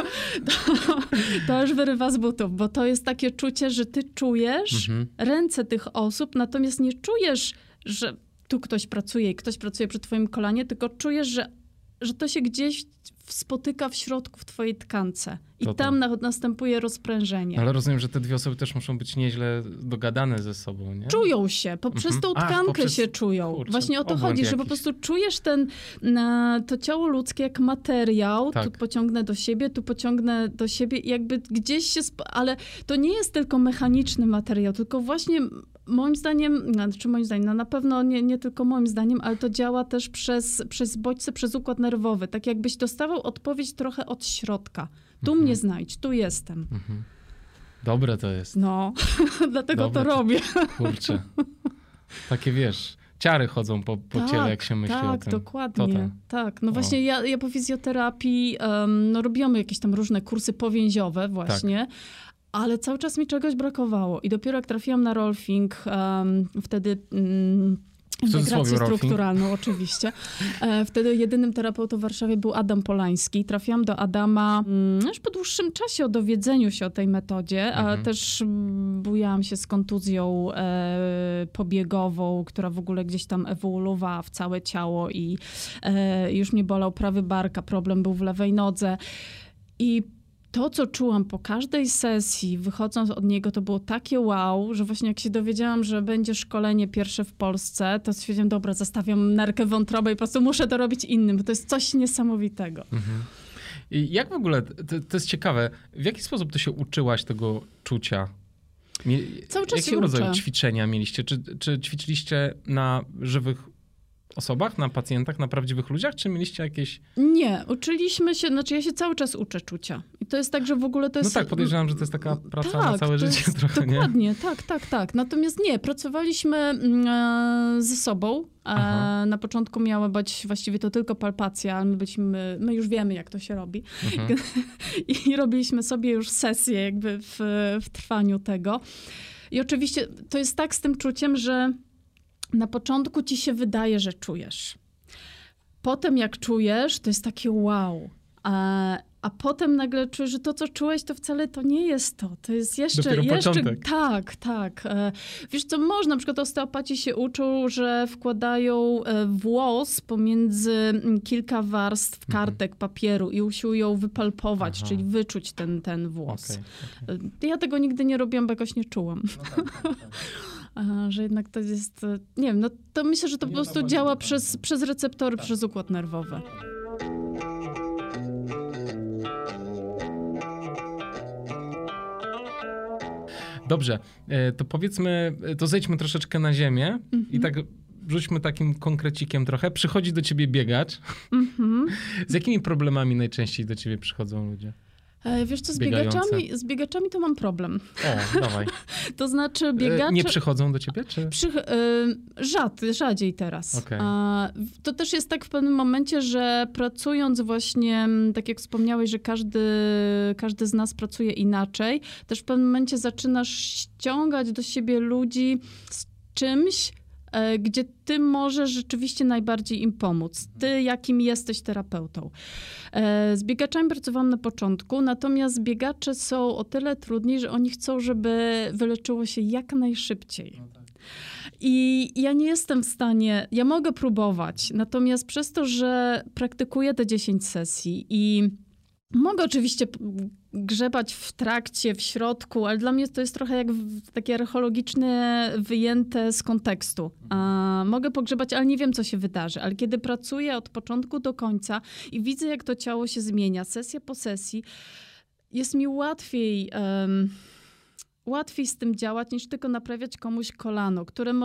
To już wyrywa z butów, bo to jest takie czucie, że ty czujesz ręce tych osób, natomiast nie czujesz, że tu ktoś pracuje i ktoś pracuje przy twoim kolanie, tylko czujesz, że to się gdzieś spotyka w środku w twojej tkance. I tam następuje rozprężenie. Ale rozumiem, że te 2 osoby też muszą być nieźle dogadane ze sobą, nie? Czują się, poprzez tą tkankę się czują. Kurczę, właśnie o to chodzi, że po prostu czujesz to ciało ludzkie jak materiał. Tak. Tu pociągnę do siebie i jakby gdzieś się... Ale to nie jest tylko mechaniczny materiał, tylko właśnie moim zdaniem, na pewno nie tylko moim zdaniem, ale to działa też przez bodźce, przez układ nerwowy. Tak jakbyś dostawał odpowiedź trochę od środka. Tu mnie znajdź, tu jestem. Dobre to jest. No, dlatego to robię. Kurczę. Takie wiesz, ciary chodzą po ciele, jak się myśli o tym. Tak, dokładnie. Tak, no właśnie ja po fizjoterapii robiłam jakieś tam różne kursy powięziowe właśnie. Tak. Ale cały czas mi czegoś brakowało. I dopiero jak trafiłam na rolfing, wtedy integrację strukturalną oczywiście. Wtedy jedynym terapeutą w Warszawie był Adam Polański. Trafiłam do Adama już po dłuższym czasie o dowiedzeniu się o tej metodzie, a też bujałam się z kontuzją pobiegową, która w ogóle gdzieś tam ewoluowała w całe ciało i już mnie bolał prawy bark, a problem był w lewej nodze. I to, co czułam po każdej sesji, wychodząc od niego, to było takie wow, że właśnie jak się dowiedziałam, że będzie szkolenie pierwsze w Polsce, to stwierdziłam, dobra, zostawiam nerkę wątrobę i po prostu muszę to robić innym, bo to jest coś niesamowitego. I jak w ogóle, to jest ciekawe, w jaki sposób ty się uczyłaś tego czucia? Cały czas Jakiego rodzaju ćwiczenia mieliście? Czy ćwiczyliście na żywych osobach, na pacjentach, na prawdziwych ludziach, czy mieliście jakieś... Nie, uczyliśmy się, ja się cały czas uczę czucia. I to jest tak, że w ogóle to jest... No tak, podejrzewam, że to jest taka praca na całe życie trochę, nie? Dokładnie, tak. Natomiast nie, pracowaliśmy ze sobą. Na początku miała być właściwie to tylko palpacja, ale my już wiemy, jak to się robi. I robiliśmy sobie już sesję jakby w trwaniu tego. I oczywiście to jest tak z tym czuciem, że na początku ci się wydaje, że czujesz. Potem jak czujesz, to jest takie wow. A potem nagle czujesz, że to, co czułeś, to wcale to nie jest to. To jest jeszcze początek. Tak. Wiesz co, na przykład osteopaci się uczą, że wkładają włos pomiędzy kilka warstw kartek papieru i usiłują wypalpować, czyli wyczuć ten włos. Okay. Ja tego nigdy nie robiłam, bo jakoś nie czułam. No tak. Że jednak to jest, nie wiem, to myślę, że to po prostu działa przez receptory, przez układ nerwowy. Dobrze, to powiedzmy, to zejdźmy troszeczkę na ziemię i tak rzućmy takim konkrecikiem trochę. Przychodzi do ciebie biegacz. Z jakimi problemami najczęściej do ciebie przychodzą ludzie? Wiesz co, z biegaczami to mam problem. O, dawaj. To znaczy biegacze... Nie przychodzą do ciebie, czy? Rzadziej teraz. Okay. To też jest tak w pewnym momencie, że pracując właśnie, tak jak wspomniałeś, że każdy z nas pracuje inaczej, też w pewnym momencie zaczynasz ściągać do siebie ludzi z czymś, gdzie ty możesz rzeczywiście najbardziej im pomóc. Ty, jakim jesteś terapeutą. Z biegaczami pracowałam na początku, natomiast biegacze są o tyle trudni, że oni chcą, żeby wyleczyło się jak najszybciej. I ja nie jestem w stanie, ja mogę próbować, natomiast przez to, że praktykuję te 10 sesji i mogę oczywiście grzebać w trakcie, w środku, ale dla mnie to jest trochę jak takie archeologiczne, wyjęte z kontekstu. Mogę pogrzebać, ale nie wiem, co się wydarzy. Ale kiedy pracuję od początku do końca i widzę, jak to ciało się zmienia, sesja po sesji, jest mi łatwiej z tym działać, niż tylko naprawiać komuś kolano, które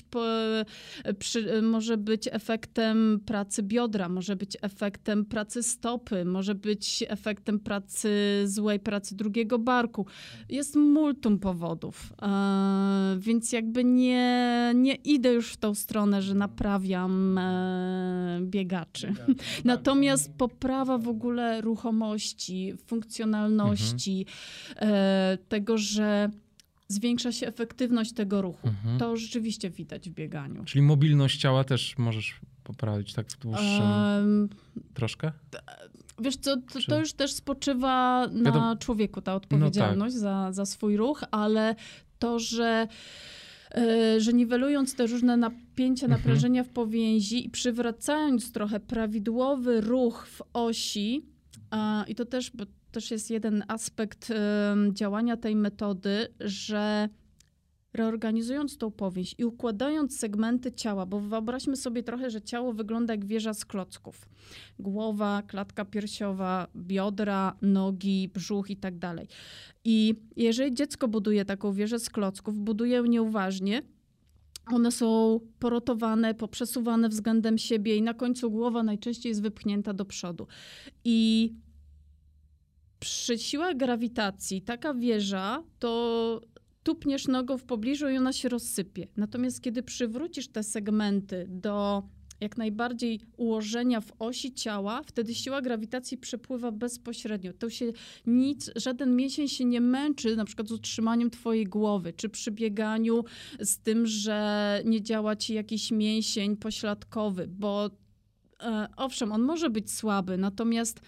może być efektem pracy biodra, może być efektem pracy stopy, może być efektem złej pracy drugiego barku. Jest multum powodów, więc jakby nie idę już w tą stronę, że naprawiam biegaczy. Natomiast poprawa w ogóle ruchomości, funkcjonalności, tego, że zwiększa się efektywność tego ruchu. To rzeczywiście widać w bieganiu. Czyli mobilność ciała też możesz poprawić tak w dłuższym troszkę? Wiesz co, to już też spoczywa na człowieku, ta odpowiedzialność za swój ruch, ale to, że niwelując te różne napięcia, naprężenia w powięzi i przywracając trochę prawidłowy ruch w osi, i to też, bo też jest jeden aspekt działania tej metody, że reorganizując tą powięź i układając segmenty ciała, bo wyobraźmy sobie trochę, że ciało wygląda jak wieża z klocków. Głowa, klatka piersiowa, biodra, nogi, brzuch i tak dalej. I jeżeli dziecko buduje taką wieżę z klocków, buduje ją nieuważnie, one są porotowane, poprzesuwane względem siebie i na końcu głowa najczęściej jest wypchnięta do przodu. I przy siłach grawitacji taka wieża, to tupniesz nogą w pobliżu i ona się rozsypie. Natomiast kiedy przywrócisz te segmenty do jak najbardziej ułożenia w osi ciała, wtedy siła grawitacji przepływa bezpośrednio. To się żaden mięsień się nie męczy, na przykład z utrzymaniem twojej głowy, czy przy bieganiu z tym, że nie działa ci jakiś mięsień pośladkowy, bo owszem, on może być słaby, natomiast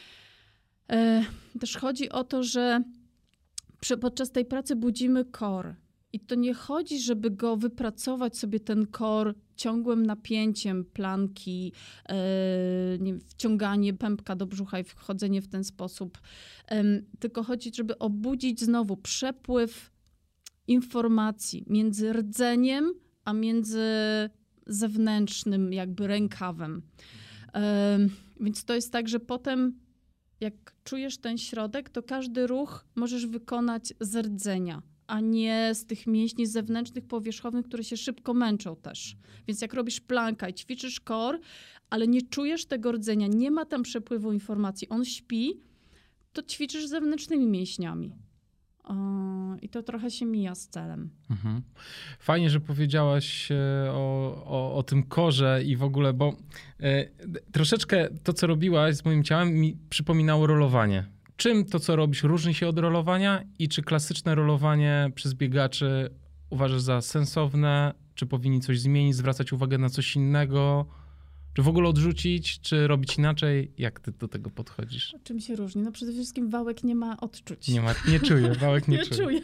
też chodzi o to, że podczas tej pracy budzimy core. I to nie chodzi, żeby go wypracować sobie ten core ciągłym napięciem planki, wciąganie pępka do brzucha i wchodzenie w ten sposób. Tylko chodzi, żeby obudzić znowu przepływ informacji między rdzeniem, a między zewnętrznym jakby rękawem. Więc to jest tak, że potem jak czujesz ten środek, to każdy ruch możesz wykonać z rdzenia, a nie z tych mięśni zewnętrznych, powierzchownych, które się szybko męczą też. Więc jak robisz planka i ćwiczysz core, ale nie czujesz tego rdzenia, nie ma tam przepływu informacji, on śpi, to ćwiczysz zewnętrznymi mięśniami. I to trochę się mija z celem. Fajnie, że powiedziałaś o tym korze i w ogóle, bo troszeczkę to, co robiłaś z moim ciałem, mi przypominało rolowanie. Czym to, co robisz, różni się od rolowania i czy klasyczne rolowanie przez biegaczy uważasz za sensowne? Czy powinni coś zmienić, zwracać uwagę na coś innego? Czy w ogóle odrzucić, czy robić inaczej? Jak ty do tego podchodzisz? Czym się różni? No przede wszystkim wałek nie ma odczuć. Nie czuje, wałek nie czuje.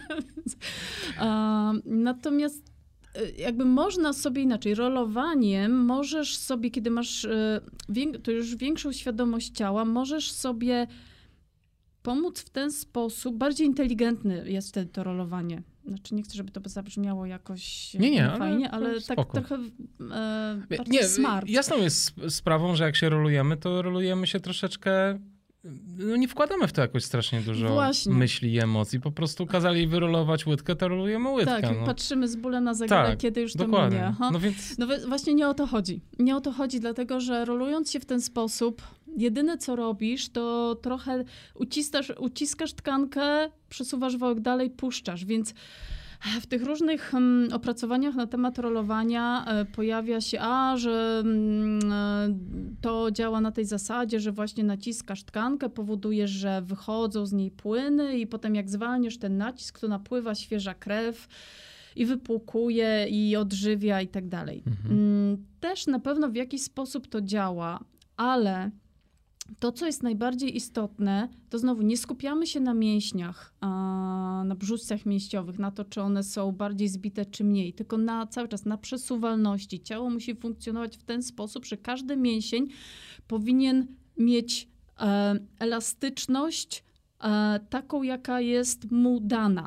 Natomiast jakby można sobie inaczej. Rolowaniem możesz sobie, kiedy masz to już większą świadomość ciała, możesz sobie pomóc w ten sposób. Bardziej inteligentny jest wtedy to rolowanie. Znaczy nie chcę, żeby to zabrzmiało jakoś fajnie, ale tak trochę bardziej smart. Jasną jest sprawą, że jak się rolujemy, to rolujemy się troszeczkę, no nie wkładamy w to jakoś strasznie dużo myśli i emocji. Po prostu kazali wyrolować łydkę, to rolujemy łydkę. Tak, patrzymy z bólem na zegarek, kiedy już to minie. No właśnie nie o to chodzi. Nie o to chodzi, dlatego że rolując się w ten sposób, jedyne co robisz, to trochę uciskasz tkankę, przesuwasz wałek dalej, puszczasz, więc w tych różnych opracowaniach na temat rolowania pojawia się, że to działa na tej zasadzie, że właśnie naciskasz tkankę, powoduje, że wychodzą z niej płyny i potem jak zwalniasz ten nacisk, to napływa świeża krew i wypłukuje, i odżywia i tak dalej. Też na pewno w jakiś sposób to działa, ale to, co jest najbardziej istotne, to znowu nie skupiamy się na mięśniach, na brzuszcach mięśniowych, na to, czy one są bardziej zbite, czy mniej, tylko cały czas na przesuwalności. Ciało musi funkcjonować w ten sposób, że każdy mięsień powinien mieć elastyczność taką, jaka jest mu dana.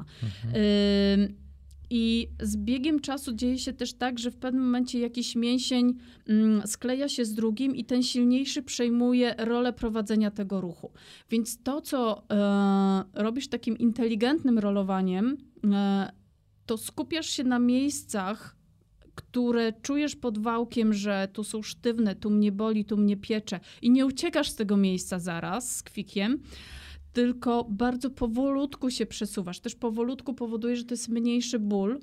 I z biegiem czasu dzieje się też tak, że w pewnym momencie jakiś mięsień skleja się z drugim i ten silniejszy przejmuje rolę prowadzenia tego ruchu. Więc to, co robisz takim inteligentnym rolowaniem, to skupiasz się na miejscach, które czujesz pod wałkiem, że tu są sztywne, tu mnie boli, tu mnie piecze i nie uciekasz z tego miejsca zaraz z kwikiem, tylko bardzo powolutku się przesuwasz. Też powolutku powoduje, że to jest mniejszy ból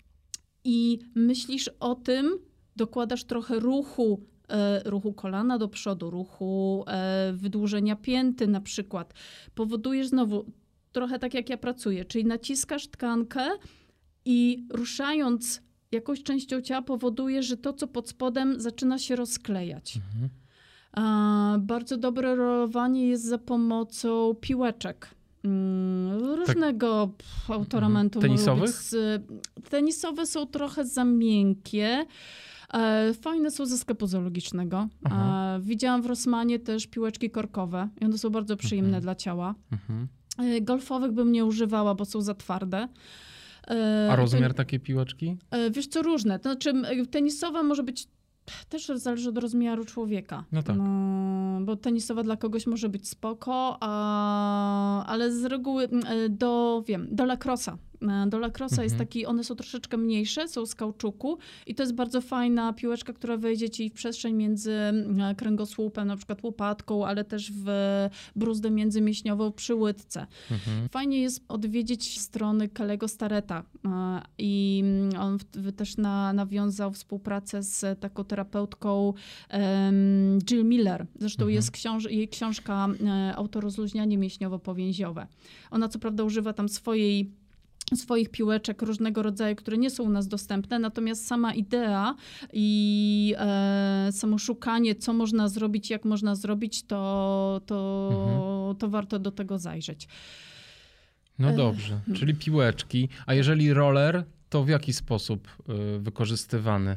i myślisz o tym, dokładasz trochę ruchu kolana do przodu, ruchu wydłużenia pięty na przykład. Powodujesz znowu trochę tak, jak ja pracuję, czyli naciskasz tkankę i ruszając jakąś częścią ciała powoduje, że to, co pod spodem zaczyna się rozklejać. Bardzo dobre rolowanie jest za pomocą piłeczek. Różnego autoramentu. Tenisowych? Tenisowe są trochę za miękkie. Fajne są ze sklepu zoologicznego. Widziałam w Rossmanie też piłeczki korkowe i one są bardzo przyjemne dla ciała. Golfowych bym nie używała, bo są za twarde. A rozmiar takiej piłeczki? Wiesz co, różne. To znaczy tenisowa może być, też zależy od rozmiaru człowieka. No tak. Bo tenisowa dla kogoś może być spoko, ale z reguły do lacrossa. Do lacrossa jest taki, one są troszeczkę mniejsze, są z kauczuku i to jest bardzo fajna piłeczka, która wejdzie ci w przestrzeń między kręgosłupem, na przykład łopatką, ale też w bruzdę międzymięśniową przy łydce. Fajnie jest odwiedzić strony Kelly'ego Starretta i on też nawiązał współpracę z taką terapeutką Jill Miller. Zresztą jest jej książka Autorozluźnianie mięśniowo-powięziowe. Ona co prawda używa tam swoich piłeczek różnego rodzaju, które nie są u nas dostępne, natomiast sama idea i samo szukanie, co można zrobić, jak można zrobić, to warto do tego zajrzeć. No dobrze, czyli piłeczki. A jeżeli roller, to w jaki sposób wykorzystywany?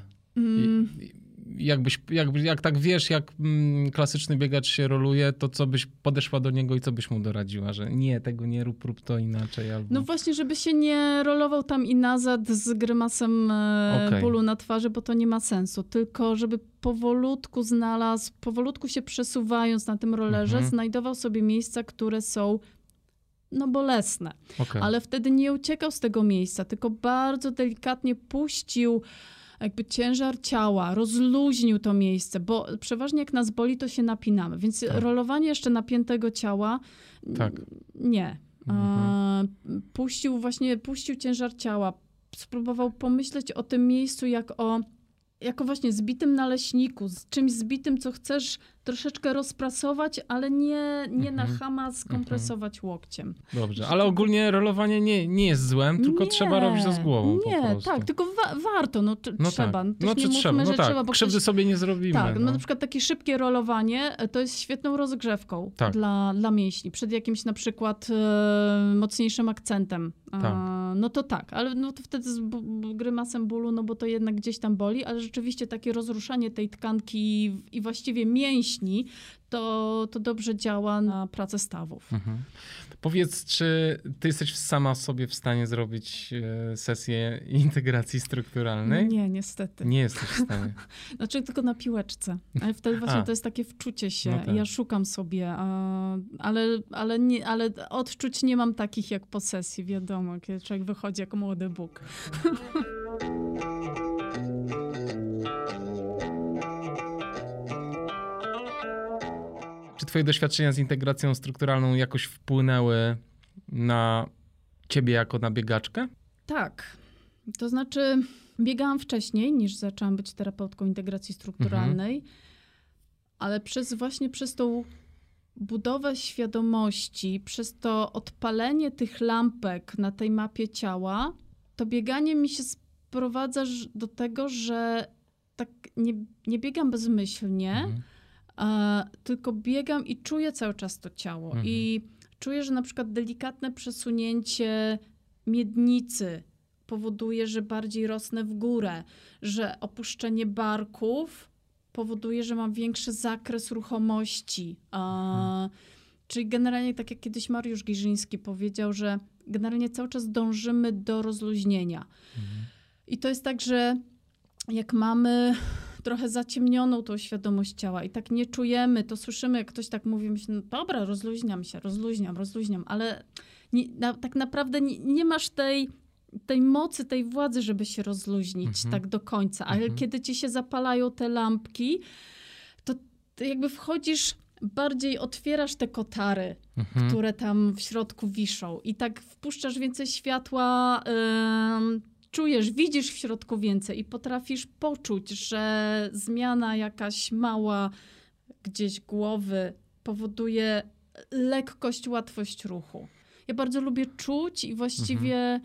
Jak tak wiesz, jak klasyczny biegacz się roluje, to co byś podeszła do niego i co byś mu doradziła? Że nie, tego nie rób to inaczej. Albo... No właśnie, żeby się nie rolował tam i nazad z grymasem bólu na twarzy, bo to nie ma sensu. Tylko żeby powolutku się przesuwając na tym rollerze, znajdował sobie miejsca, które są bolesne. Ale wtedy nie uciekał z tego miejsca, tylko bardzo delikatnie puścił jakby ciężar ciała, rozluźnił to miejsce, bo przeważnie jak nas boli, to się napinamy. Więc rolowanie jeszcze napiętego ciała nie. Puścił ciężar ciała. Spróbował pomyśleć o tym miejscu jako właśnie zbitym naleśniku, z czymś zbitym, co chcesz troszeczkę rozprasować, ale nie na chama skompresować łokciem. Dobrze, ale ogólnie rolowanie nie jest złem, tylko trzeba robić to z głową po prostu. Tak, tylko warto, trzeba. Trzeba. Bo krzywdy sobie nie zrobimy. Tak, na przykład takie szybkie rolowanie to jest świetną rozgrzewką dla mięśni. Przed jakimś na przykład mocniejszym akcentem. Ale to wtedy z grymasem bólu, bo to jednak gdzieś tam boli, ale rzeczywiście takie rozruszanie tej tkanki i właściwie mięśni, to dobrze działa na pracę stawów. Powiedz, czy ty jesteś sama sobie w stanie zrobić sesję integracji strukturalnej? Nie, niestety. Nie jesteś w stanie. Znaczy tylko na piłeczce. Ale wtedy właśnie to jest takie wczucie się. Ja szukam sobie, ale odczuć nie mam takich jak po sesji, wiadomo, kiedy człowiek wychodzi jak młody Bóg. Czy twoje doświadczenia z integracją strukturalną jakoś wpłynęły na ciebie jako na biegaczkę? Tak. To znaczy biegałam wcześniej niż zaczęłam być terapeutką integracji strukturalnej, ale przez tą budowę świadomości, przez to odpalenie tych lampek na tej mapie ciała, to bieganie mi się sprowadza do tego, że tak nie biegam bezmyślnie, tylko biegam i czuję cały czas to ciało. I czuję, że na przykład delikatne przesunięcie miednicy powoduje, że bardziej rosnę w górę, że opuszczenie barków powoduje, że mam większy zakres ruchomości. Czyli generalnie, tak jak kiedyś Mariusz Giżyński powiedział, że generalnie cały czas dążymy do rozluźnienia. I to jest tak, że jak mamy trochę zaciemnioną tą świadomość ciała i tak nie czujemy, to słyszymy, jak ktoś tak mówi, myślę, no dobra, rozluźniam się, rozluźniam, ale tak naprawdę nie masz tej mocy, tej władzy, żeby się rozluźnić tak do końca. Ale kiedy ci się zapalają te lampki, to jakby wchodzisz, bardziej otwierasz te kotary, które tam w środku wiszą i tak wpuszczasz więcej światła, czujesz, widzisz w środku więcej i potrafisz poczuć, że zmiana jakaś mała gdzieś głowy powoduje lekkość, łatwość ruchu. Ja bardzo lubię czuć i właściwie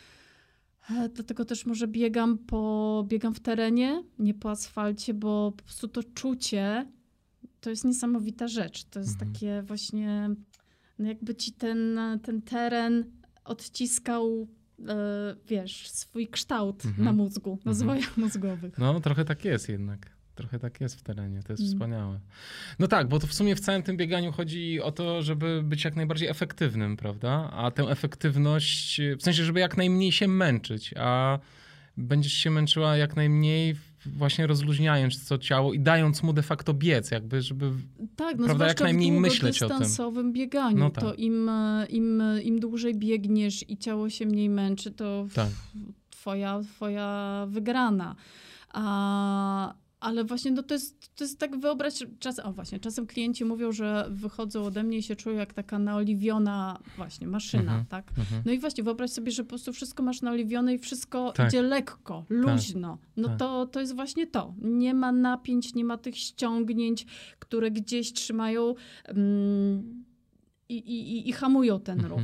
dlatego też może biegam w terenie, nie po asfalcie, bo po prostu to czucie to jest niesamowita rzecz. To jest takie właśnie, no jakby ci ten teren odciskał, wiesz, swój kształt na mózgu, na zwojach mózgowych. No, trochę tak jest jednak. Trochę tak jest w terenie, to jest wspaniałe. No tak, bo to w sumie w całym tym bieganiu chodzi o to, żeby być jak najbardziej efektywnym, prawda? A tę efektywność, w sensie, żeby jak najmniej się męczyć, a będziesz się męczyła jak najmniej właśnie rozluźniając to ciało i dając mu de facto biec, jakby, żeby tak, prawda, jak najmniej myśleć o tym. W długodystansowym bieganiu, no tak. To im dłużej biegniesz i ciało się mniej męczy, to tak. twoja wygrana. Ale właśnie no to jest tak, wyobraź, czasem klienci mówią, że wychodzą ode mnie i się czują jak taka naoliwiona właśnie maszyna, tak? No i właśnie wyobraź sobie, że po prostu wszystko masz naoliwione i wszystko idzie lekko, luźno. No to jest właśnie to. Nie ma napięć, nie ma tych ściągnięć, które gdzieś trzymają i hamują ten ruch.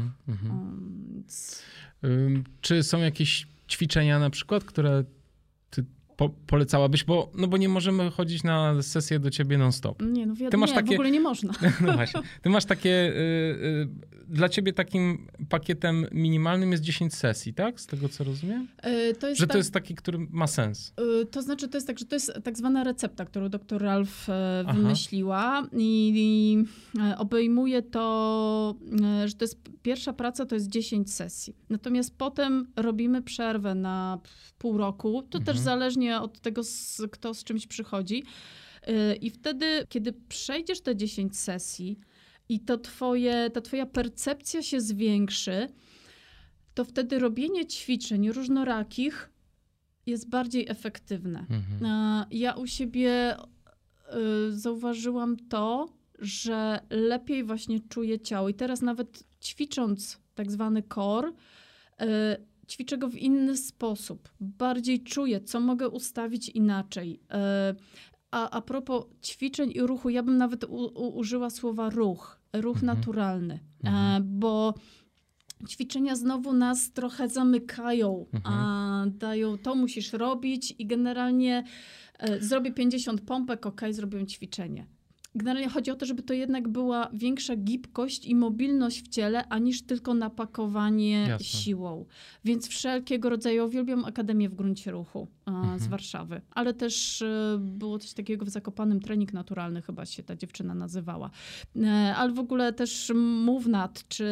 Czy są jakieś ćwiczenia na przykład, które polecałabyś, bo nie możemy chodzić na sesję do ciebie non-stop. Nie, no wiadomo, w ogóle nie można. No właśnie. Ty masz takie, dla ciebie takim pakietem minimalnym jest 10 sesji, tak? Z tego, co rozumiem? To jest taki, który ma sens. To znaczy, to jest tak, że to jest tak zwana recepta, którą dr Ralph wymyśliła i obejmuje to, że to jest pierwsza praca, to jest 10 sesji. Natomiast potem robimy przerwę na pół roku. To też zależnie od tego, kto z czymś przychodzi. I wtedy, kiedy przejdziesz te 10 sesji i ta twoja percepcja się zwiększy, to wtedy robienie ćwiczeń różnorakich jest bardziej efektywne. Ja u siebie zauważyłam to, że lepiej właśnie czuję ciało. I teraz nawet ćwicząc tak zwany core, ćwiczę go w inny sposób. Bardziej czuję, co mogę ustawić inaczej. A propos ćwiczeń i ruchu, ja bym nawet użyła słowa ruch naturalny, bo ćwiczenia znowu nas trochę zamykają, dają, to musisz robić i generalnie zrobię 50 pompek, zrobiłem ćwiczenie. Generalnie chodzi o to, żeby to jednak była większa gibkość i mobilność w ciele, aniż tylko napakowanie siłą. Więc wszelkiego rodzaju, uwielbiam Akademię w gruncie ruchu z Warszawy, ale też było coś takiego w Zakopanem, trening naturalny chyba się ta dziewczyna nazywała. Ale w ogóle też MoveNat, czy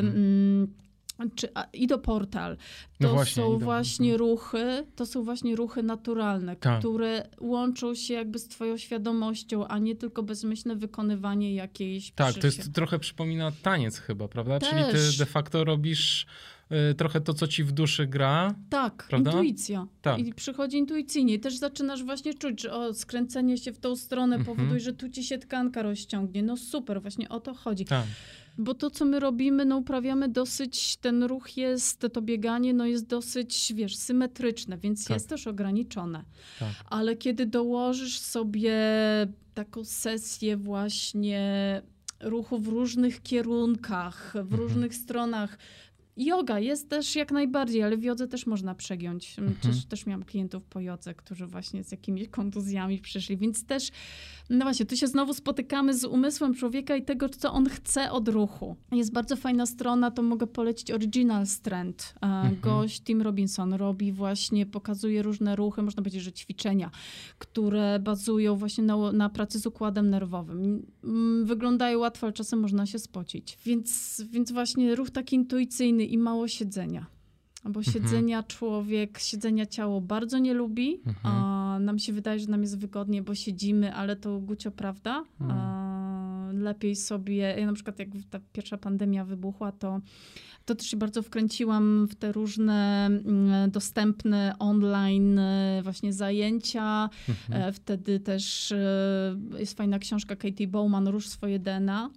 Idoportal. To są właśnie ruchy naturalne, które łączą się jakby z twoją świadomością, a nie tylko bezmyślne wykonywanie jakiejś Tak, to jest trochę przypomina taniec chyba, prawda? Czyli ty de facto robisz trochę to, co ci w duszy gra. Tak, prawda? Intuicja. Tak. I przychodzi intuicyjnie. I też zaczynasz właśnie czuć, że skręcenie się w tą stronę powoduje, że tu ci się tkanka rozciągnie. No super, właśnie o to chodzi. Tak. Bo to, co my robimy, uprawiamy dosyć, ten ruch jest, to bieganie, jest dosyć, symetryczne, więc jest też ograniczone. Tak. Ale kiedy dołożysz sobie taką sesję właśnie ruchu w różnych kierunkach, w różnych stronach, Yoga jest też jak najbardziej, ale w jodze też można przegiąć. Też miałam klientów po jodze, którzy właśnie z jakimiś kontuzjami przyszli, więc też, no właśnie, tu się znowu spotykamy z umysłem człowieka i tego, co on chce od ruchu. Jest bardzo fajna strona, to mogę polecić Original Strength. Gość Tim Robinson robi właśnie, pokazuje różne ruchy, można powiedzieć, że ćwiczenia, które bazują właśnie na pracy z układem nerwowym. Wyglądają łatwo, ale czasem można się spocić. Więc właśnie ruch taki intuicyjny i mało siedzenia. Bo siedzenia ciało bardzo nie lubi. Nam się wydaje, że nam jest wygodnie, bo siedzimy, ale to gucio prawda. Lepiej sobie, ja na przykład jak ta pierwsza pandemia wybuchła, to też się bardzo wkręciłam w te różne dostępne online właśnie zajęcia. Wtedy też jest fajna książka Katie Bowman, Rusz swoje DNA.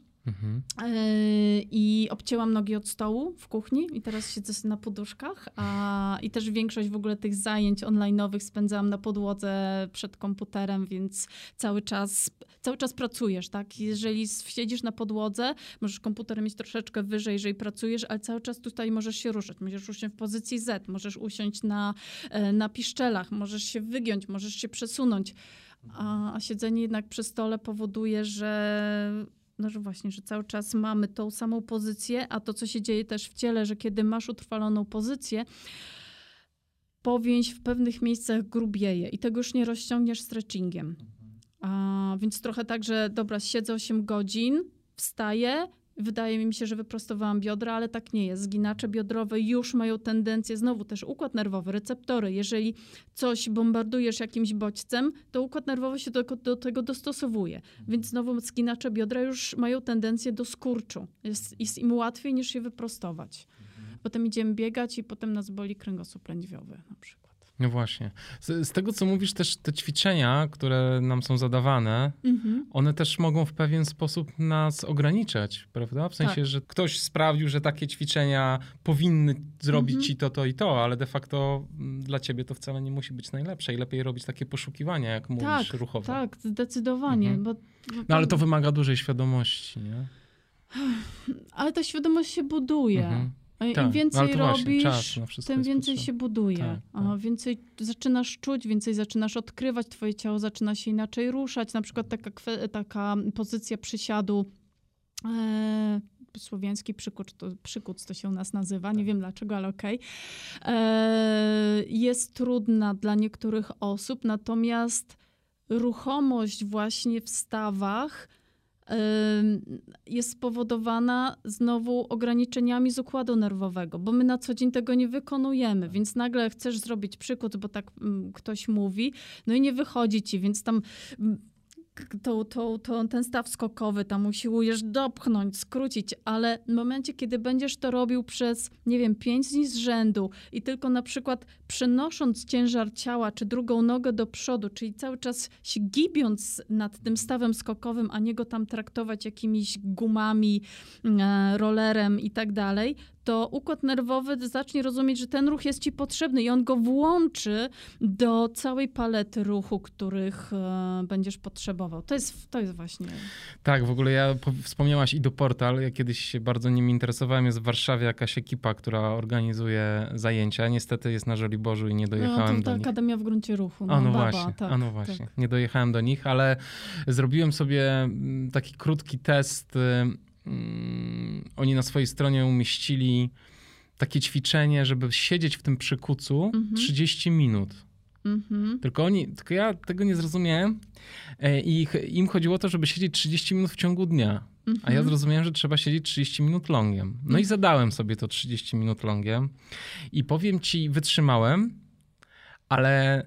I obcięłam nogi od stołu w kuchni i teraz siedzę na poduszkach, i też większość w ogóle tych zajęć online'owych spędzałam na podłodze przed komputerem, więc cały czas pracujesz, tak? Jeżeli siedzisz na podłodze, możesz komputer mieć troszeczkę wyżej, jeżeli pracujesz, ale cały czas tutaj możesz się ruszać. Możesz usiąść w pozycji Z, możesz usiąść na piszczelach, możesz się wygiąć, możesz się przesunąć. A siedzenie jednak przy stole powoduje, że właśnie, że cały czas mamy tą samą pozycję, a to, co się dzieje też w ciele, że kiedy masz utrwaloną pozycję, powięź w pewnych miejscach grubieje i tego już nie rozciągniesz stretchingiem. Więc trochę tak, że dobra, siedzę 8 godzin, wstaję, wydaje mi się, że wyprostowałam biodra, ale tak nie jest. Zginacze biodrowe już mają tendencję, znowu też układ nerwowy, receptory. Jeżeli coś bombardujesz jakimś bodźcem, to układ nerwowy się do tego dostosowuje. Więc znowu zginacze biodra już mają tendencję do skurczu. Jest im łatwiej niż się wyprostować. Potem idziemy biegać i potem nas boli kręgosłup lędźwiowy na przykład. No właśnie. Z tego, co mówisz, też te ćwiczenia, które nam są zadawane, one też mogą w pewien sposób nas ograniczać, prawda? W sensie, że ktoś sprawdził, że takie ćwiczenia powinny zrobić ci to i to, ale de facto dla ciebie to wcale nie musi być najlepsze i lepiej robić takie poszukiwania, jak mówisz, ruchowe. Tak, zdecydowanie. No ale to wymaga dużej świadomości, nie? Ale ta świadomość się buduje. Im więcej robisz, tym więcej się buduje. Więcej zaczynasz czuć, więcej zaczynasz odkrywać, twoje ciało zaczyna się inaczej ruszać. Na przykład taka pozycja przysiadu, słowiański przykuc to się u nas nazywa, nie wiem dlaczego, ale okej. Jest trudna dla niektórych osób, natomiast ruchomość właśnie w stawach jest spowodowana znowu ograniczeniami z układu nerwowego, bo my na co dzień tego nie wykonujemy, więc nagle chcesz zrobić przykład, bo tak ktoś mówi, no i nie wychodzi ci, więc tam ten staw skokowy tam usiłujesz dopchnąć, skrócić, ale w momencie, kiedy będziesz to robił przez, 5 dni z rzędu i tylko na przykład przenosząc ciężar ciała, czy drugą nogę do przodu, czyli cały czas się gibiąc nad tym stawem skokowym, a nie go tam traktować jakimiś gumami, rollerem i tak dalej, to układ nerwowy zacznie rozumieć, że ten ruch jest ci potrzebny i on go włączy do całej palety ruchu, których będziesz potrzebował. To jest właśnie... Tak, w ogóle wspomniałaś Idoportal, ja kiedyś się bardzo nim interesowałem, jest w Warszawie jakaś ekipa, która organizuje zajęcia. Niestety jest na Żoliborzu i nie dojechałem do nich. Akademia w gruncie ruchu. Właśnie. Nie dojechałem do nich, ale zrobiłem sobie taki krótki test. Oni na swojej stronie umieścili takie ćwiczenie, żeby siedzieć w tym przykucu 30 minut. Tylko ja tego nie zrozumiałem i im chodziło o to, żeby siedzieć 30 minut w ciągu dnia. A ja zrozumiałem, że trzeba siedzieć 30 minut longiem. No i zadałem sobie to 30 minut longiem i powiem ci, wytrzymałem, ale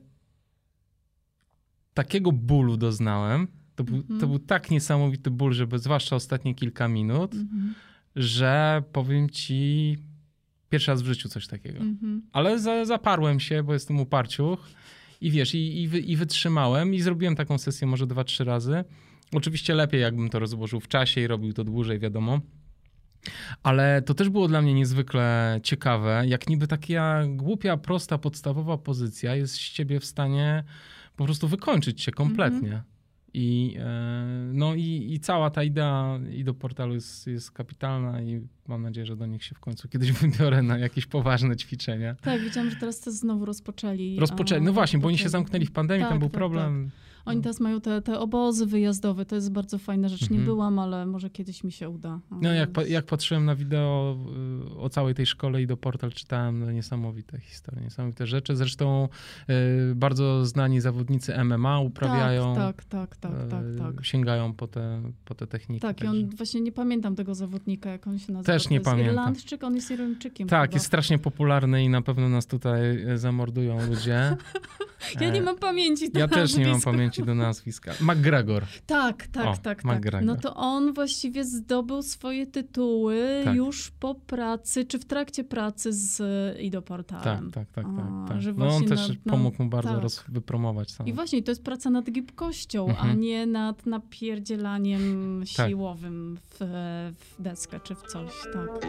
takiego bólu doznałem. To był tak niesamowity ból, zwłaszcza ostatnie kilka minut, że powiem ci, pierwszy raz w życiu coś takiego. Ale zaparłem się, bo jestem uparciuch i wiesz, i wytrzymałem i zrobiłem taką sesję może 2-3 razy. Oczywiście lepiej, jakbym to rozłożył w czasie i robił to dłużej, wiadomo. Ale to też było dla mnie niezwykle ciekawe, jak niby taka głupia, prosta, podstawowa pozycja jest z ciebie w stanie po prostu wykończyć cię kompletnie. I cała ta idea do portalu jest kapitalna i mam nadzieję, że do nich się w końcu kiedyś wybiorę na jakieś poważne ćwiczenia. Tak, widziałam, że teraz to znowu rozpoczęli. No właśnie, bo oni się zamknęli w pandemii, tam był problem. Tak. Oni teraz mają te obozy wyjazdowe, to jest bardzo fajna rzecz. Nie byłam, ale może kiedyś mi się uda. No jak patrzyłem na wideo o całej tej szkole i do portal czytałem niesamowite historie, niesamowite rzeczy. Zresztą bardzo znani zawodnicy MMA uprawiają. Tak. Sięgają po te techniki. Tak, i on właśnie nie pamiętam tego zawodnika, jak on się nazywa. Też nie pamiętam. Irlandczyk, on jest Irlandczykiem. Tak, chyba. Jest strasznie popularny i na pewno nas tutaj zamordują ludzie. Ja nie mam pamięci do Ja też nie mam nazwiska. pamięci do nazwiska. McGregor. Tak. McGregor. No to on właściwie zdobył swoje tytuły już po pracy, czy w trakcie pracy z Ido-portalem. Tak. Że No on właśnie też pomógł mu bardzo wypromować sam. I właśnie to jest praca nad gibkością, a nie nad napierdzielaniem siłowym w deskę czy w coś, tak.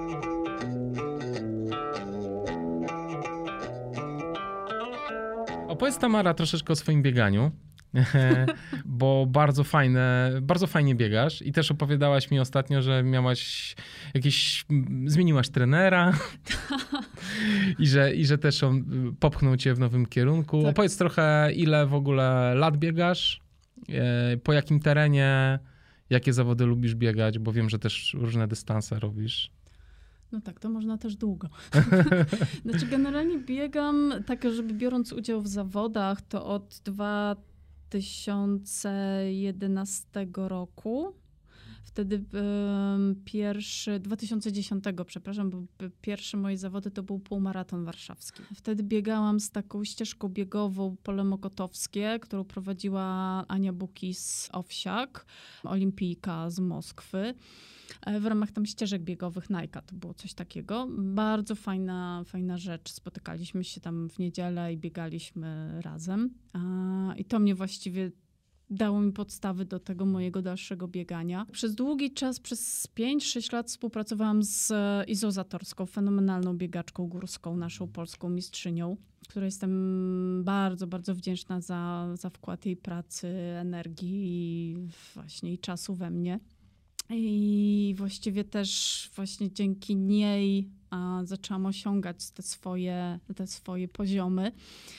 Opowiedz, Tamara, troszeczkę o swoim bieganiu, bo bardzo fajnie biegasz i też opowiadałaś mi ostatnio, że zmieniłaś trenera i że też on popchnął cię w nowym kierunku. Tak. Opowiedz trochę, ile w ogóle lat biegasz, po jakim terenie, jakie zawody lubisz biegać, bo wiem, że też różne dystanse robisz. No tak, to można też długo. Znaczy generalnie biegam, tak żeby biorąc udział w zawodach, to od 2011 roku. Wtedy 2010, przepraszam, bo pierwsze moje zawody to był półmaraton warszawski. Wtedy biegałam z taką ścieżką biegową Pole Mokotowskie, którą prowadziła Ania Bukis-Owsiak, olimpijka z Moskwy. W ramach tam ścieżek biegowych Nike'a to było coś takiego. Bardzo fajna rzecz. Spotykaliśmy się tam w niedzielę i biegaliśmy razem. I to mnie właściwie dało mi podstawy do tego mojego dalszego biegania. Przez długi czas, przez 5-6 lat współpracowałam z Izą Zatorską, fenomenalną biegaczką górską, naszą polską mistrzynią, której jestem bardzo, bardzo wdzięczna za wkład jej pracy, energii i czasu we mnie. I właściwie też właśnie dzięki niej zaczęłam osiągać te swoje poziomy.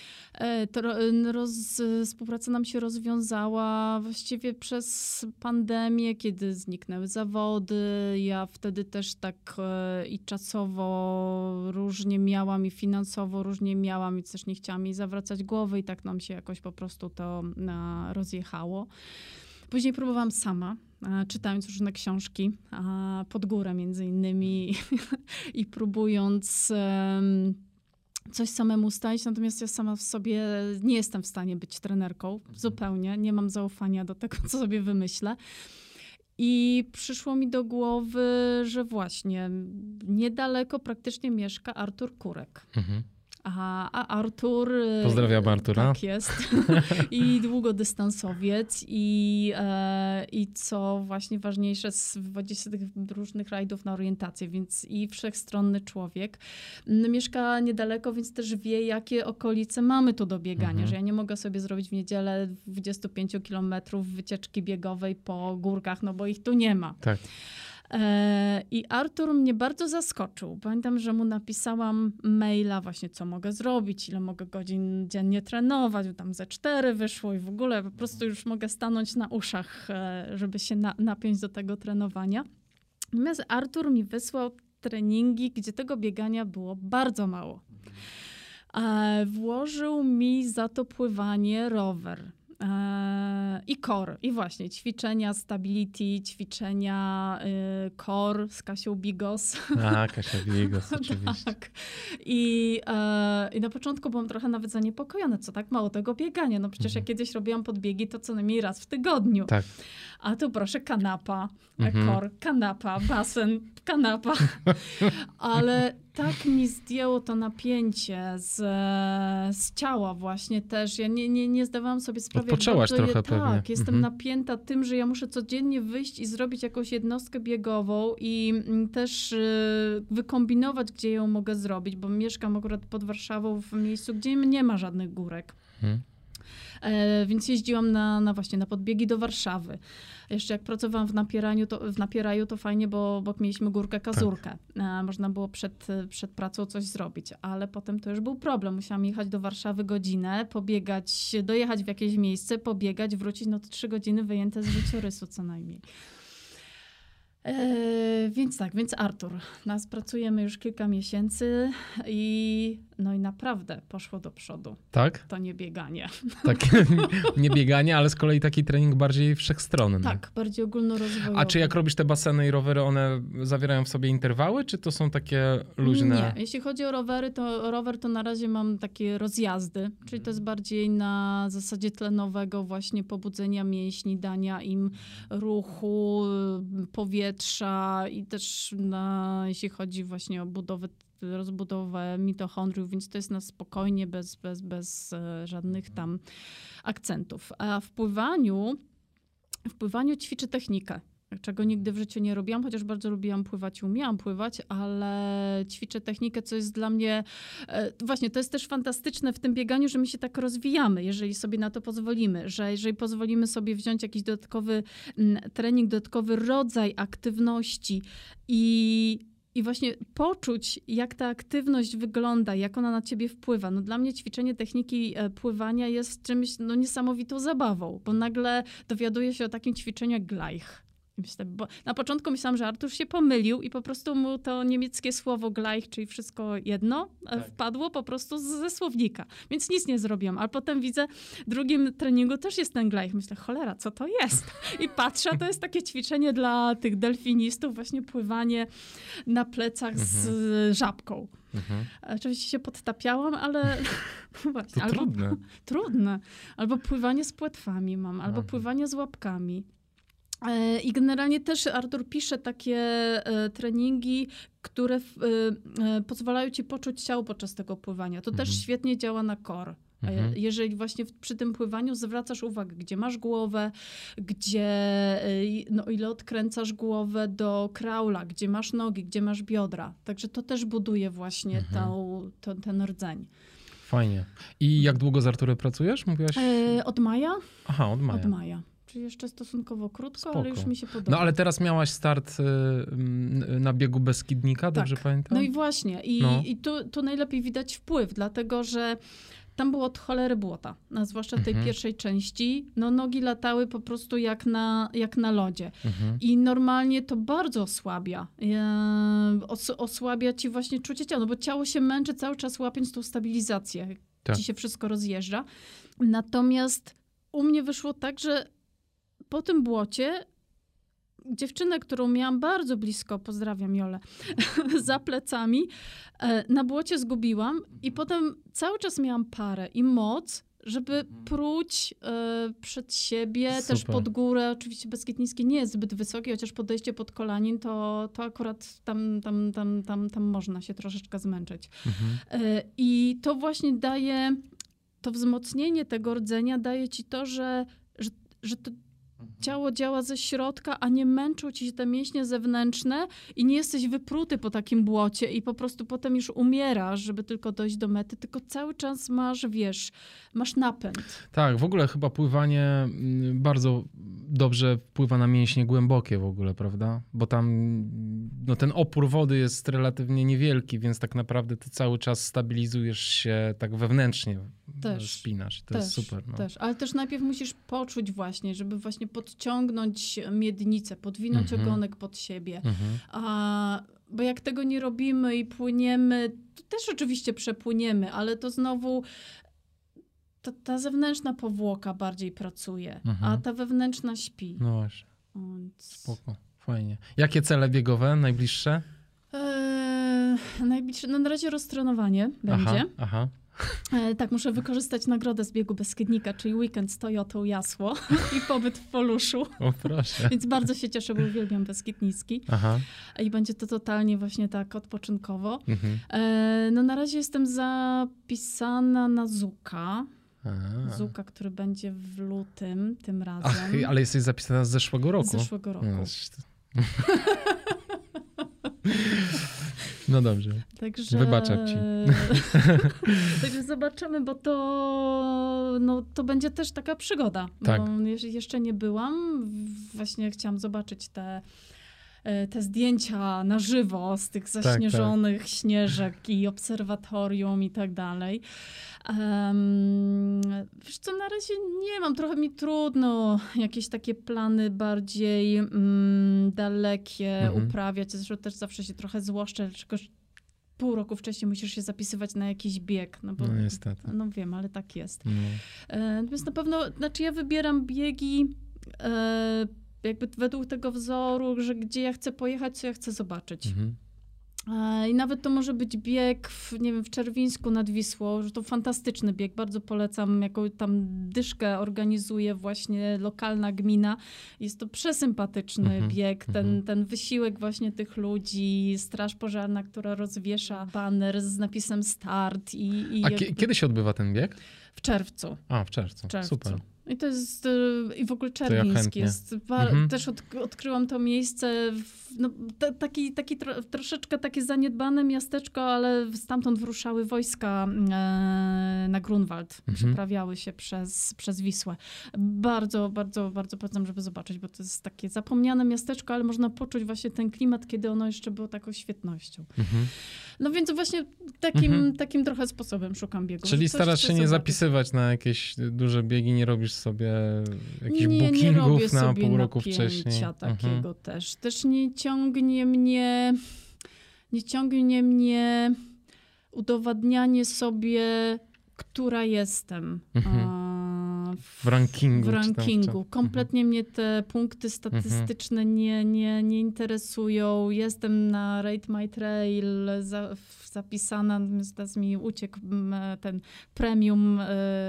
Współpraca nam się rozwiązała właściwie przez pandemię, kiedy zniknęły zawody. Ja wtedy też tak i czasowo różnie miałam, i finansowo różnie miałam, i też nie chciałam jej zawracać głowy i tak nam się jakoś po prostu to rozjechało. Później próbowałam sama, czytając różne książki, pod górę między innymi i próbując coś samemu ustalić, natomiast ja sama w sobie nie jestem w stanie być trenerką, zupełnie, nie mam zaufania do tego, co sobie wymyślę. I przyszło mi do głowy, że właśnie niedaleko praktycznie mieszka Artur Kurek. A Artur... Pozdrawiam Artura. Tak jest. I długodystansowiec i co właśnie ważniejsze, wywodzi się tych różnych rajdów na orientację, więc i wszechstronny człowiek. Mieszka niedaleko, więc też wie, jakie okolice mamy tu do biegania, że ja nie mogę sobie zrobić w niedzielę 25 kilometrów wycieczki biegowej po górkach, no bo ich tu nie ma. Tak. I Artur mnie bardzo zaskoczył. Pamiętam, że mu napisałam maila właśnie, co mogę zrobić, ile mogę godzin dziennie trenować, tam ze 4 wyszło i w ogóle po prostu już mogę stanąć na uszach, żeby się napiąć do tego trenowania. Natomiast Artur mi wysłał treningi, gdzie tego biegania było bardzo mało. Włożył mi za to pływanie, rower. I core. I właśnie ćwiczenia stability, ćwiczenia core z Kasią Bigos. Kasia Bigos, oczywiście. Tak. I na początku byłam trochę nawet zaniepokojona, co tak mało tego biegania. No przecież ja kiedyś robiłam podbiegi to co najmniej raz w tygodniu. Tak. A tu proszę kanapa, core, kanapa, basen, kanapa. Ale tak mi zdjęło to napięcie z ciała właśnie też. Ja nie zdawałam sobie sprawy. Odpoczęłaś trochę pewnie. Tak, jestem napięta tym, że ja muszę codziennie wyjść i zrobić jakąś jednostkę biegową i też wykombinować, gdzie ją mogę zrobić, bo mieszkam akurat pod Warszawą w miejscu, gdzie nie ma żadnych górek. Więc jeździłam na właśnie na podbiegi do Warszawy. Jeszcze jak pracowałam w Napieraju, to fajnie, bo mieliśmy górkę Kazurkę. Można było przed pracą coś zrobić, ale potem to już był problem. Musiałam jechać do Warszawy godzinę, pobiegać, dojechać w jakieś miejsce, pobiegać, wrócić, no to 3 godziny wyjęte z życiorysu co najmniej. Więc Artur, nas pracujemy już kilka miesięcy i naprawdę poszło do przodu. Tak? To nie bieganie. Takie nie bieganie, ale z kolei taki trening bardziej wszechstronny. Tak, bardziej ogólnorozwojowy. A czy jak robisz te baseny i rowery, one zawierają w sobie interwały, czy to są takie luźne? Nie, jeśli chodzi o rowery, to rower to na razie mam takie rozjazdy, czyli to jest bardziej na zasadzie tlenowego właśnie pobudzenia mięśni, dania im ruchu, powietrza i też jeśli chodzi właśnie o rozbudowę mitochondriów, więc to jest na spokojnie, bez żadnych tam akcentów. A w pływaniu ćwiczę technikę, czego nigdy w życiu nie robiłam, chociaż bardzo lubiłam pływać i umiałam pływać, ale ćwiczę technikę, co jest dla mnie... Właśnie, to jest też fantastyczne w tym bieganiu, że my się tak rozwijamy, jeżeli sobie na to pozwolimy, że jeżeli pozwolimy sobie wziąć jakiś dodatkowy trening, dodatkowy rodzaj aktywności i właśnie poczuć, jak ta aktywność wygląda, jak ona na ciebie wpływa. No dla mnie ćwiczenie techniki pływania jest czymś niesamowitą zabawą, bo nagle dowiaduję się o takim ćwiczeniu jak Gleich. Bo na początku myślałam, że Artur się pomylił i po prostu mu to niemieckie słowo Gleich, czyli wszystko jedno, wpadło po prostu ze słownika. Więc nic nie zrobiłam. Ale potem widzę, w drugim treningu też jest ten Gleich. Myślę, cholera, co to jest? I patrzę, to jest takie ćwiczenie dla tych delfinistów, właśnie pływanie na plecach z żabką. Oczywiście się podtapiałam, ale właśnie, to trudne. Trudne. Albo pływanie z płetwami mam, albo pływanie z łapkami. I generalnie też Artur pisze takie treningi, które pozwalają ci poczuć ciało podczas tego pływania. To też świetnie działa na core. Jeżeli właśnie przy tym pływaniu zwracasz uwagę, gdzie masz głowę, ile odkręcasz głowę do kraula, gdzie masz nogi, gdzie masz biodra. Także to też buduje właśnie ten rdzeń. Fajnie. I jak długo z Arturem pracujesz? Mówiłaś? Od maja. Aha, od maja. Od maja. Czyli jeszcze stosunkowo krótko, Spoko. ale już mi się podoba. No ale teraz miałaś start na biegu Beskidnika, dobrze pamiętam? No i właśnie. I tu najlepiej widać wpływ, dlatego że tam było od cholery błota, zwłaszcza w tej pierwszej części. No nogi latały po prostu jak na lodzie. I normalnie to bardzo osłabia. Osłabia ci właśnie czucie ciała, no bo ciało się męczy cały czas łapiąc tą stabilizację. Tak. Ci się wszystko rozjeżdża. Natomiast u mnie wyszło tak, że po tym błocie dziewczynę, którą miałam bardzo blisko, pozdrawiam Jolę, za plecami, na błocie zgubiłam i potem cały czas miałam parę i moc, żeby pruć przed siebie, Super. też pod górę. Oczywiście Beskid nie jest zbyt wysoki, chociaż podejście pod kolanin, to akurat tam można się troszeczkę zmęczyć. I to właśnie daje, to wzmocnienie tego rdzenia daje ci to, że to ciało działa ze środka, a nie męczą ci się te mięśnie zewnętrzne i nie jesteś wypruty po takim błocie i po prostu potem już umierasz, żeby tylko dojść do mety, tylko cały czas masz napęd. Tak, w ogóle chyba pływanie bardzo dobrze wpływa na mięśnie głębokie w ogóle, prawda? Bo tam ten opór wody jest relatywnie niewielki, więc tak naprawdę ty cały czas stabilizujesz się tak wewnętrznie, spinasz. To jest super. No. Też, ale też najpierw musisz poczuć właśnie, żeby właśnie podciągnąć miednicę, podwinąć ogonek pod siebie. Bo jak tego nie robimy i płyniemy, to też oczywiście przepłyniemy, ale to znowu ta zewnętrzna powłoka bardziej pracuje, a ta wewnętrzna śpi. No właśnie. Spoko, fajnie. Jakie cele biegowe najbliższe? Najbliższe, na razie roztrenowanie będzie. Aha. Tak, muszę wykorzystać nagrodę z biegu Beskidnika, czyli weekend z Toyotą Jasło i pobyt w Poluszu. O proszę. Więc bardzo się cieszę, bo uwielbiam Beskid Niski. I będzie to totalnie właśnie tak odpoczynkowo. No na razie jestem zapisana na Zuka. Zuka, który będzie w lutym tym razem. Ach, ale jesteś zapisana z zeszłego roku. Z zeszłego roku. No dobrze. Także, Wybaczam ci. Także zobaczymy, bo to będzie też taka przygoda. Tak. Bo jeszcze nie byłam. Właśnie chciałam zobaczyć te zdjęcia na żywo z tych zaśnieżonych śnieżek i obserwatorium i tak dalej. Wiesz co, na razie nie mam, trochę mi trudno jakieś takie plany bardziej dalekie uprawiać. Zresztą też zawsze się trochę złoszczę, czegoś pół roku wcześniej musisz się zapisywać na jakiś bieg. No, bo, no niestety. No wiem, ale tak jest. No. Więc na pewno, ja wybieram biegi jakby według tego wzoru, że gdzie ja chcę pojechać, co ja chcę zobaczyć. I nawet to może być bieg w Czerwińsku nad Wisłą, że to fantastyczny bieg, bardzo polecam, jaką tam dyszkę organizuje właśnie lokalna gmina. Jest to przesympatyczny bieg, ten wysiłek właśnie tych ludzi, straż pożarna, która rozwiesza baner z napisem start. Kiedy się odbywa ten bieg? W czerwcu. W czerwcu. Super. I to jest, i w ogóle Czerwiński jest. Też odkryłam to miejsce, troszeczkę takie zaniedbane miasteczko, ale stamtąd wyruszały wojska na Grunwald. Przeprawiały się przez Wisłę. Bardzo, bardzo, bardzo polecam, żeby zobaczyć, bo to jest takie zapomniane miasteczko, ale można poczuć właśnie ten klimat, kiedy ono jeszcze było taką świetnością. No więc właśnie takim trochę sposobem szukam biegów. Czyli starasz się nie zapisywać na jakieś duże biegi, nie robisz sobie jakichś bookingów na pół roku wcześniej. Takiego też. Też nie ciągnie mnie udowadnianie sobie, która jestem. W rankingu. Kompletnie mnie te punkty statystyczne nie interesują. Jestem na Rate My Trail zapisana, teraz mi uciekł ten premium.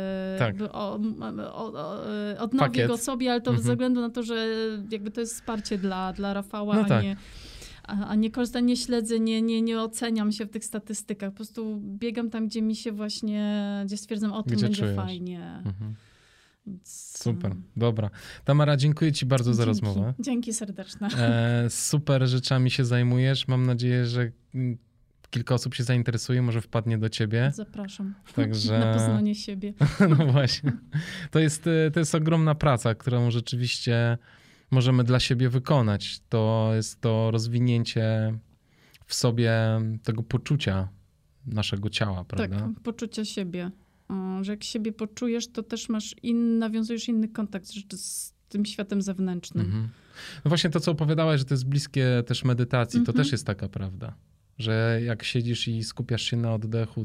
Odnowię Pakiet. go sobie, ale to ze względu na to, że jakby to jest wsparcie dla Rafała, a nie korzystam, nie śledzę, nie oceniam się w tych statystykach. Po prostu biegam tam, gdzie mi się właśnie, gdzie stwierdzam, o tym będzie fajnie. Super, dobra. Tamara, dziękuję ci bardzo za rozmowę. Dzięki serdeczne. Super rzeczami się zajmujesz. Mam nadzieję, że kilka osób się zainteresuje, może wpadnie do ciebie. Zapraszam. Także... Na poznanie siebie. No właśnie. To jest ogromna praca, którą rzeczywiście możemy dla siebie wykonać. To jest to rozwinięcie w sobie tego poczucia naszego ciała, prawda? Tak, poczucia siebie. Że jak siebie poczujesz, to też nawiązujesz inny kontakt z tym światem zewnętrznym. No właśnie to, co opowiadałaś, że to jest bliskie też medytacji, to też jest taka prawda. Że jak siedzisz i skupiasz się na oddechu,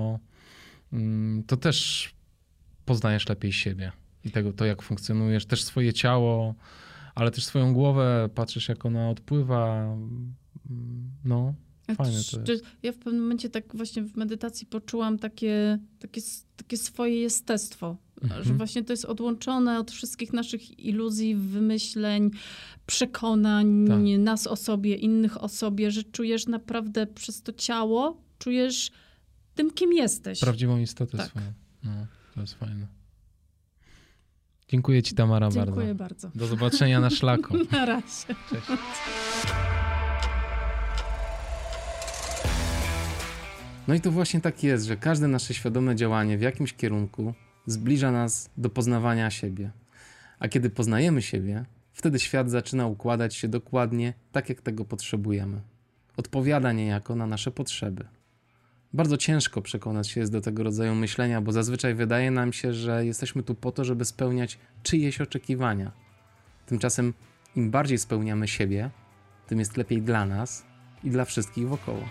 to też poznajesz lepiej siebie i to, jak funkcjonujesz, też swoje ciało, ale też swoją głowę, patrzysz, jak ona odpływa. No, fajne to jest. Ja w pewnym momencie tak właśnie w medytacji poczułam takie swoje jestestwo, że właśnie to jest odłączone od wszystkich naszych iluzji, wymyśleń, przekonań nas o sobie, innych o sobie, że czujesz naprawdę przez to ciało, czujesz tym, kim jesteś. Prawdziwą istotę swoją. No, to jest fajne. Dziękuję ci, Tamara, bardzo. Dziękuję bardzo. Do zobaczenia na szlaku. Na razie. Cześć. No i to właśnie tak jest, że każde nasze świadome działanie w jakimś kierunku zbliża nas do poznawania siebie. A kiedy poznajemy siebie, wtedy świat zaczyna układać się dokładnie tak, jak tego potrzebujemy. Odpowiada niejako na nasze potrzeby. Bardzo ciężko przekonać się jest do tego rodzaju myślenia, bo zazwyczaj wydaje nam się, że jesteśmy tu po to, żeby spełniać czyjeś oczekiwania. Tymczasem im bardziej spełniamy siebie, tym jest lepiej dla nas i dla wszystkich wokoło.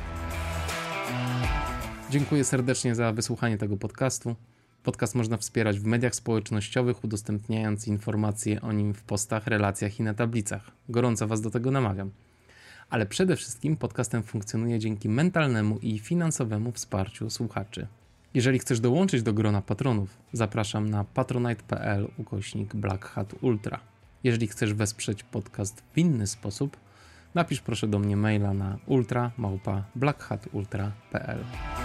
Dziękuję serdecznie za wysłuchanie tego podcastu. Podcast można wspierać w mediach społecznościowych, udostępniając informacje o nim w postach, relacjach i na tablicach. Gorąco Was do tego namawiam. Ale przede wszystkim podcastem funkcjonuje dzięki mentalnemu i finansowemu wsparciu słuchaczy. Jeżeli chcesz dołączyć do grona patronów, zapraszam na patronite.pl/Black Hat Ultra. Jeżeli chcesz wesprzeć podcast w inny sposób, napisz proszę do mnie maila na ultra@blackhatultra.pl.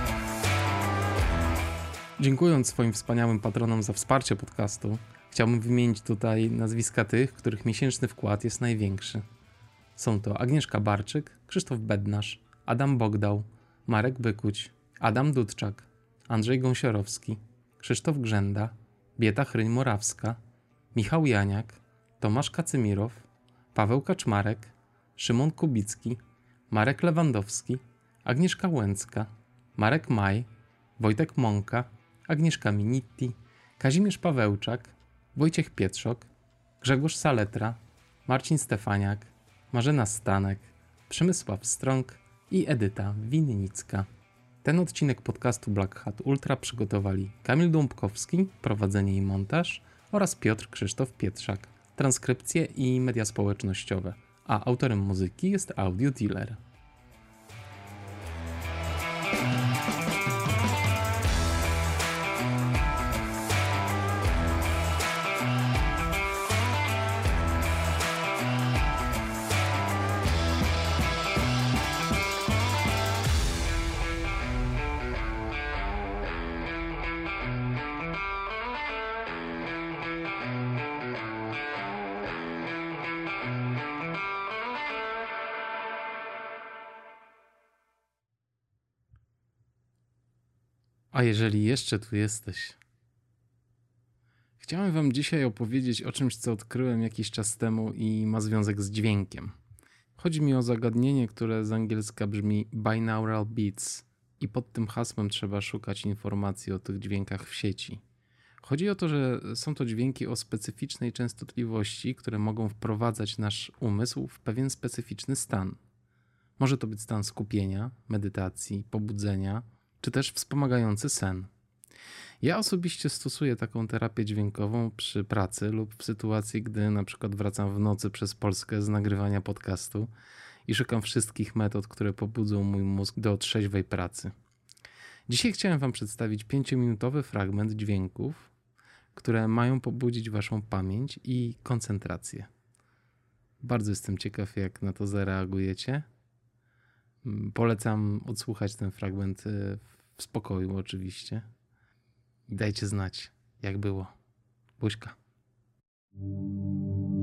Dziękując swoim wspaniałym patronom za wsparcie podcastu, chciałbym wymienić tutaj nazwiska tych, których miesięczny wkład jest największy. Są to Agnieszka Barczyk, Krzysztof Bednarz, Adam Bogdał, Marek Bykuć, Adam Dudczak, Andrzej Gąsiorowski, Krzysztof Grzęda, Bieta Chryń-Morawska, Michał Janiak, Tomasz Kacymirow, Paweł Kaczmarek, Szymon Kubicki, Marek Lewandowski, Agnieszka Łęcka, Marek Maj, Wojtek Mąka, Agnieszka Minitti, Kazimierz Pawełczak, Wojciech Pietrzok, Grzegorz Saletra, Marcin Stefaniak, Marzena Stanek, Przemysław Strąg i Edyta Winnicka. Ten odcinek podcastu Black Hat Ultra przygotowali Kamil Dąbkowski, prowadzenie i montaż oraz Piotr Krzysztof Pietrzak, transkrypcje i media społecznościowe, a autorem muzyki jest Audio Dealer. A jeżeli jeszcze tu jesteś, chciałem wam dzisiaj opowiedzieć o czymś, co odkryłem jakiś czas temu i ma związek z dźwiękiem. Chodzi mi o zagadnienie, które z angielska brzmi binaural beats i pod tym hasłem trzeba szukać informacji o tych dźwiękach w sieci. Chodzi o to, że są to dźwięki o specyficznej częstotliwości, które mogą wprowadzać nasz umysł w pewien specyficzny stan. Może to być stan skupienia, medytacji, pobudzenia, czy też wspomagający sen. Ja osobiście stosuję taką terapię dźwiękową przy pracy lub w sytuacji, gdy na przykład wracam w nocy przez Polskę z nagrywania podcastu i szukam wszystkich metod, które pobudzą mój mózg do trzeźwej pracy. Dzisiaj chciałem wam przedstawić 5-minutowy fragment dźwięków, które mają pobudzić waszą pamięć i koncentrację. Bardzo jestem ciekaw, jak na to zareagujecie. Polecam odsłuchać ten fragment w spokoju oczywiście. I dajcie znać, jak było. Buźka.